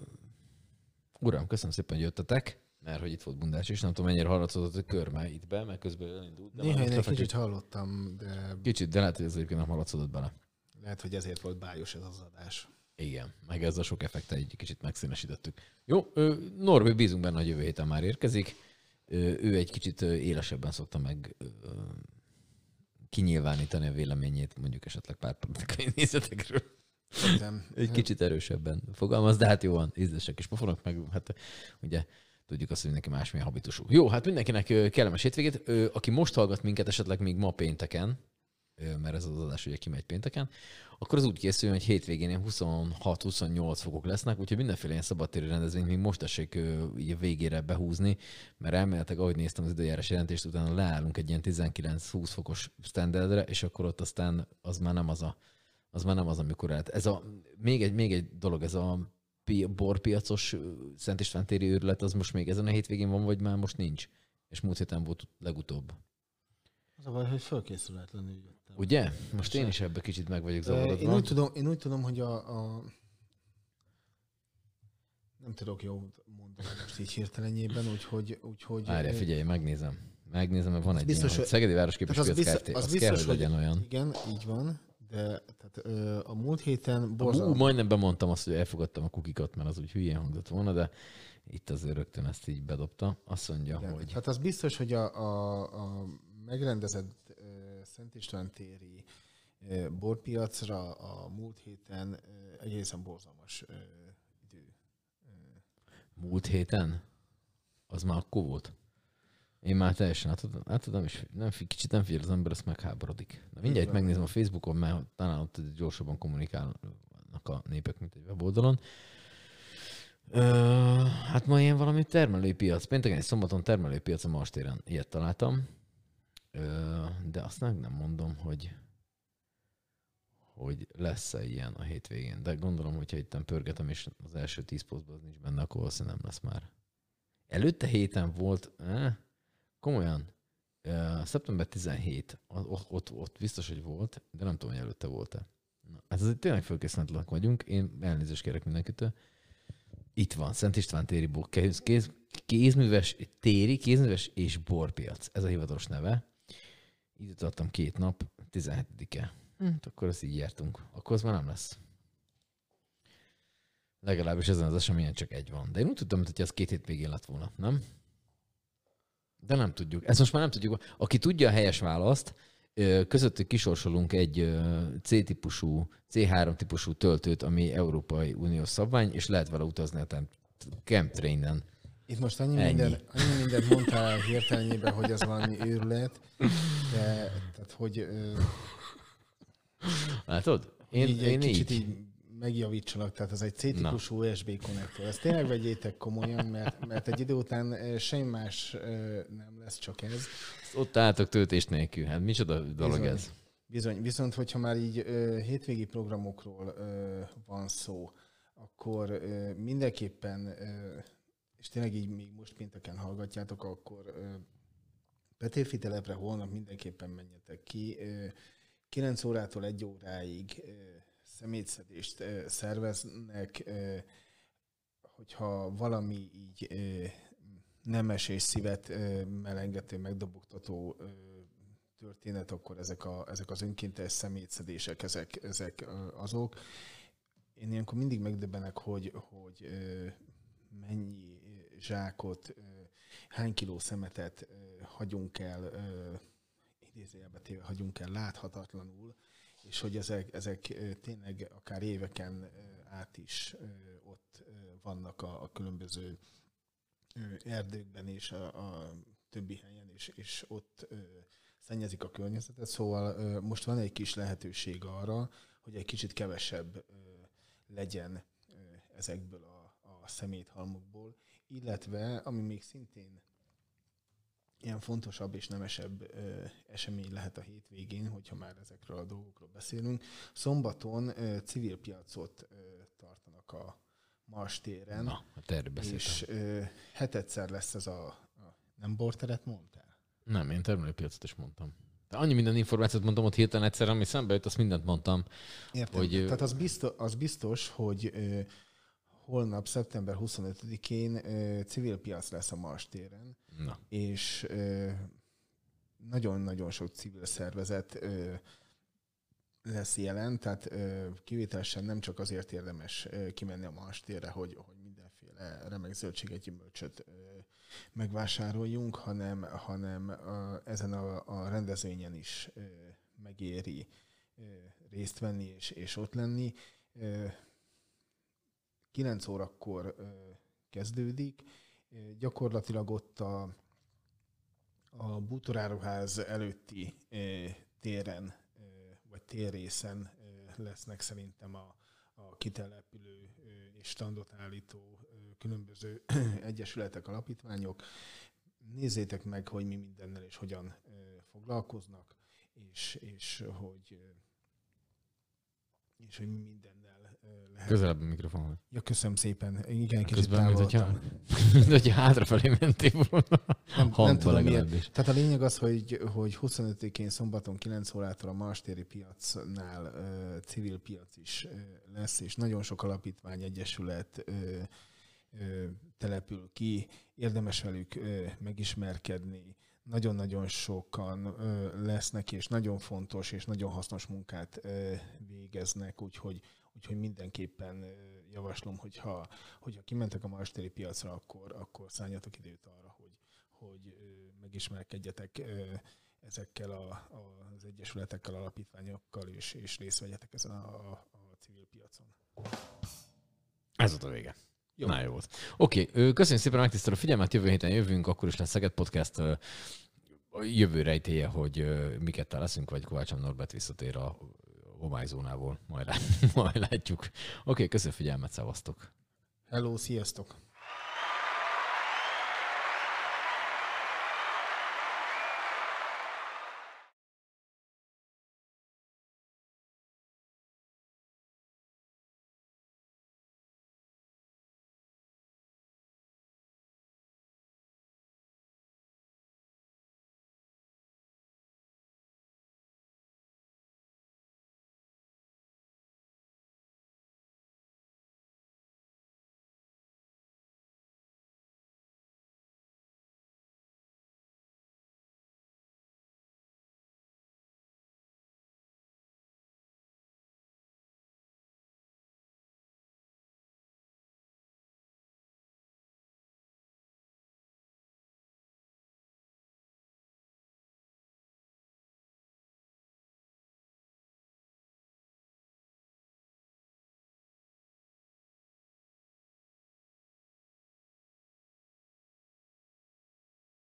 uram, köszönöm szépen, hogy jöttetek, mert hogy itt volt Bundás is, nem tudom, mennyire hallatszott a körme itt be, mert közben elindult. Néha én egy kicsit hallottam, de... Kicsit, de lehet, hogy ez egyébként nem hallatszódott bele. Lehet, hogy ezért volt bájos ez az adás. Igen, meg ez a sok effekte egy kicsit megszínesítettük. Jó, Norbi, bízunk benne, hogy jövő héten már érkezik. Ő egy kicsit élesebben szokta meg kinyilvánítani a véleményét, mondjuk esetleg pár politikai nézetekről. Egy kicsit erősebben fogalmaz, de hát jó van, ízlesek és pofonok, meg hát ugye tudjuk azt, hogy mindenki másmilyen habitusú. Jó, hát mindenkinek kellemes hétvégét. Aki most hallgat minket esetleg még ma pénteken, mert ez az adás ugye kimegy pénteken, akkor az úgy készül, hogy hétvégén ilyen 26-28 fokok lesznek, úgyhogy mindenféle ilyen szabadtéri rendezvényt még most tessék így a végére behúzni, mert elméletek, ahogy néztem az időjárás jelentést, utána leállunk egy ilyen 19-20 fokos standardre, és akkor ott aztán az már nem az, amikor ez még egy dolog, ez a borpiacos Szent István téri őrület, az most még ezen a hétvégén van, vagy már most nincs? És múlt héten volt legutóbb. Az a baj, hogy fölkészületlenül jöttem. Ugye? Most én is ebbe kicsit meg vagyok zavarodva. Én úgy tudom, hogy nem tudok jó mondani most így hirtelenjében, úgyhogy... Várjál, figyelj, megnézem, mert van egy biztos, ilyen, hogy Szegedi Városképes Piac Kft. Az kell, hogy legyen olyan. Igen, így van, de tehát, a múlt héten borzalmas... Majdnem bemondtam azt, hogy elfogadtam a kukikat, mert az úgy hülyén hangzott volna, de itt azért rögtön ezt így bedobta. Azt mondja, igen, hogy... Hát az biztos, hogy a megrendezett Szent István téri borpiacra a múlt héten egészen borzalmas idő. Múlt héten? Az már akkor volt? Én már teljesen átadom, és kicsit nem figyel az ember, ezt megháborodik. Na, mindjárt megnézem a Facebookon, mert talán ott gyorsabban kommunikálnak a népek, mint egy weboldalon. Hát ma ilyen valami termelőpiac. Pénteken és szombaton termelőpiac a Marstéren. Ilyet találtam. De azt nem mondom, hogy lesz-e ilyen a hétvégén. De gondolom, hogyha itt pörgetem, és az első 10 posztban az nincs benne, akkor valószínűleg nem lesz már. Előtte héten volt, komolyan, szeptember 17, ott biztos, hogy volt, de nem tudom, hogy előtte volt-e. Hát azért tényleg fölkészületlenek vagyunk, én elnézést kérek mindenkitől. Itt van, Szent István téri kézműves és borpiac. Ez a hivatalos neve. Időt adtam 2 nap, 17-e. Akkor ezt így jártunk. Akkor az már nem lesz. Legalábbis ezen az eseményen csak egy van. De én úgy tudtam, hogy ez 2 hét végén lett volna, nem? De nem tudjuk. Ezt most már nem tudjuk. Aki tudja a helyes választ, közöttük kisorsolunk egy C-típusú, C3 típusú töltőt, ami Európai Uniós szabvány, és lehet vele utazni a Chemtrainen. Itt most annyi mindent mondtál hirtelenjében, hogy ez valami őrület, de tehát, hogy... Látod? Én kicsit így megjavítsalak, tehát ez egy C-típusú USB konnektor. Ezt tényleg vegyétek komolyan, mert egy idő után semmi más nem lesz, csak ez. Ott álltok töltés nélkül. Hát micsoda dolog ez? Bizony. Viszont, hogyha már így hétvégi programokról van szó, akkor mindenképpen, és tényleg így még most pénteken hallgatjátok, akkor Petőfi telepre holnap mindenképpen menjetek ki. 9 órától 1 óráig szemétszedést szerveznek, hogyha valami így nemes és szívet melengető, megdobogtató történet, akkor ezek az önkéntes szemétszedések, ezek azok. Én ilyenkor mindig megdöbbenek, hogy mennyi zsákot, hány kiló szemetet hagyunk el, idézőjelbe téve hagyunk el láthatatlanul, és hogy ezek tényleg akár éveken át is ott vannak a különböző erdőkben és a többi helyen, és ott szennyezik a környezetet. Szóval most van egy kis lehetőség arra, hogy egy kicsit kevesebb legyen ezekből a szeméthalmokból, illetve, ami még szintén ilyen fontosabb és nemesebb esemény lehet a hétvégén, hogyha már ezekről a dolgokról beszélünk. Szombaton civil piacot tartanak a Mars téren. Na, hát erről beszéltem. És hetedszer lesz ez nem borteret mondtál? Nem, én termelőpiacot is mondtam. De annyi minden információt mondtam ott hirtelen egyszer, ami szembe jött, azt mindent mondtam. Értem. Hogy, tehát az biztos, hogy holnap, szeptember 25-én civil piac lesz a Mars téren, és nagyon-nagyon sok civil szervezet lesz jelen, tehát kivételesen nem csak azért érdemes kimenni a Mars térre, hogy mindenféle remek zöldséget, gyümölcsöt megvásároljunk, hanem ezen a rendezvényen is megéri részt venni és ott lenni. 9 órakor kezdődik. Gyakorlatilag ott a bútoráruház előtti téren, vagy térrészen lesznek szerintem a kitelepülő és standot állító különböző egyesületek, alapítványok. Nézzétek meg, hogy mi mindennel és hogyan foglalkoznak, és hogy mi mindennel lehet. Közelebb a mikrofonhoz. Ja, köszönöm szépen. Igen, kicsit közben, távolodtam. hogyha hátrafelé mentél volna. Nem tudom miért. Tehát a lényeg az, hogy 25-én szombaton 9 órától a Mars téri piacnál civil piac is lesz, és nagyon sok alapítvány, egyesület települ ki. Érdemes velük megismerkedni. Nagyon-nagyon sokan lesznek, és nagyon fontos és nagyon hasznos munkát végeznek, úgyhogy mindenképpen javaslom, hogyha kimentek a Mars téri piacra, akkor szálljatok időt arra, hogy megismerkedjetek ezekkel az egyesületekkel, alapítványokkal, és részt vegyetek ezen a civil piacon. Ez volt a vége. Jó. Na, jó volt. Oké, köszönjük szépen a megtisztelő figyelmet, jövő héten jövünk, akkor is lesz Szeged Podcast. Jövő rejtélye, hogy miket leszünk, vagy Kovács Norbert visszatér a homályzónából. Majd látjuk. Oké, köszönjük a figyelmet, szevasztok. Hello, sziasztok!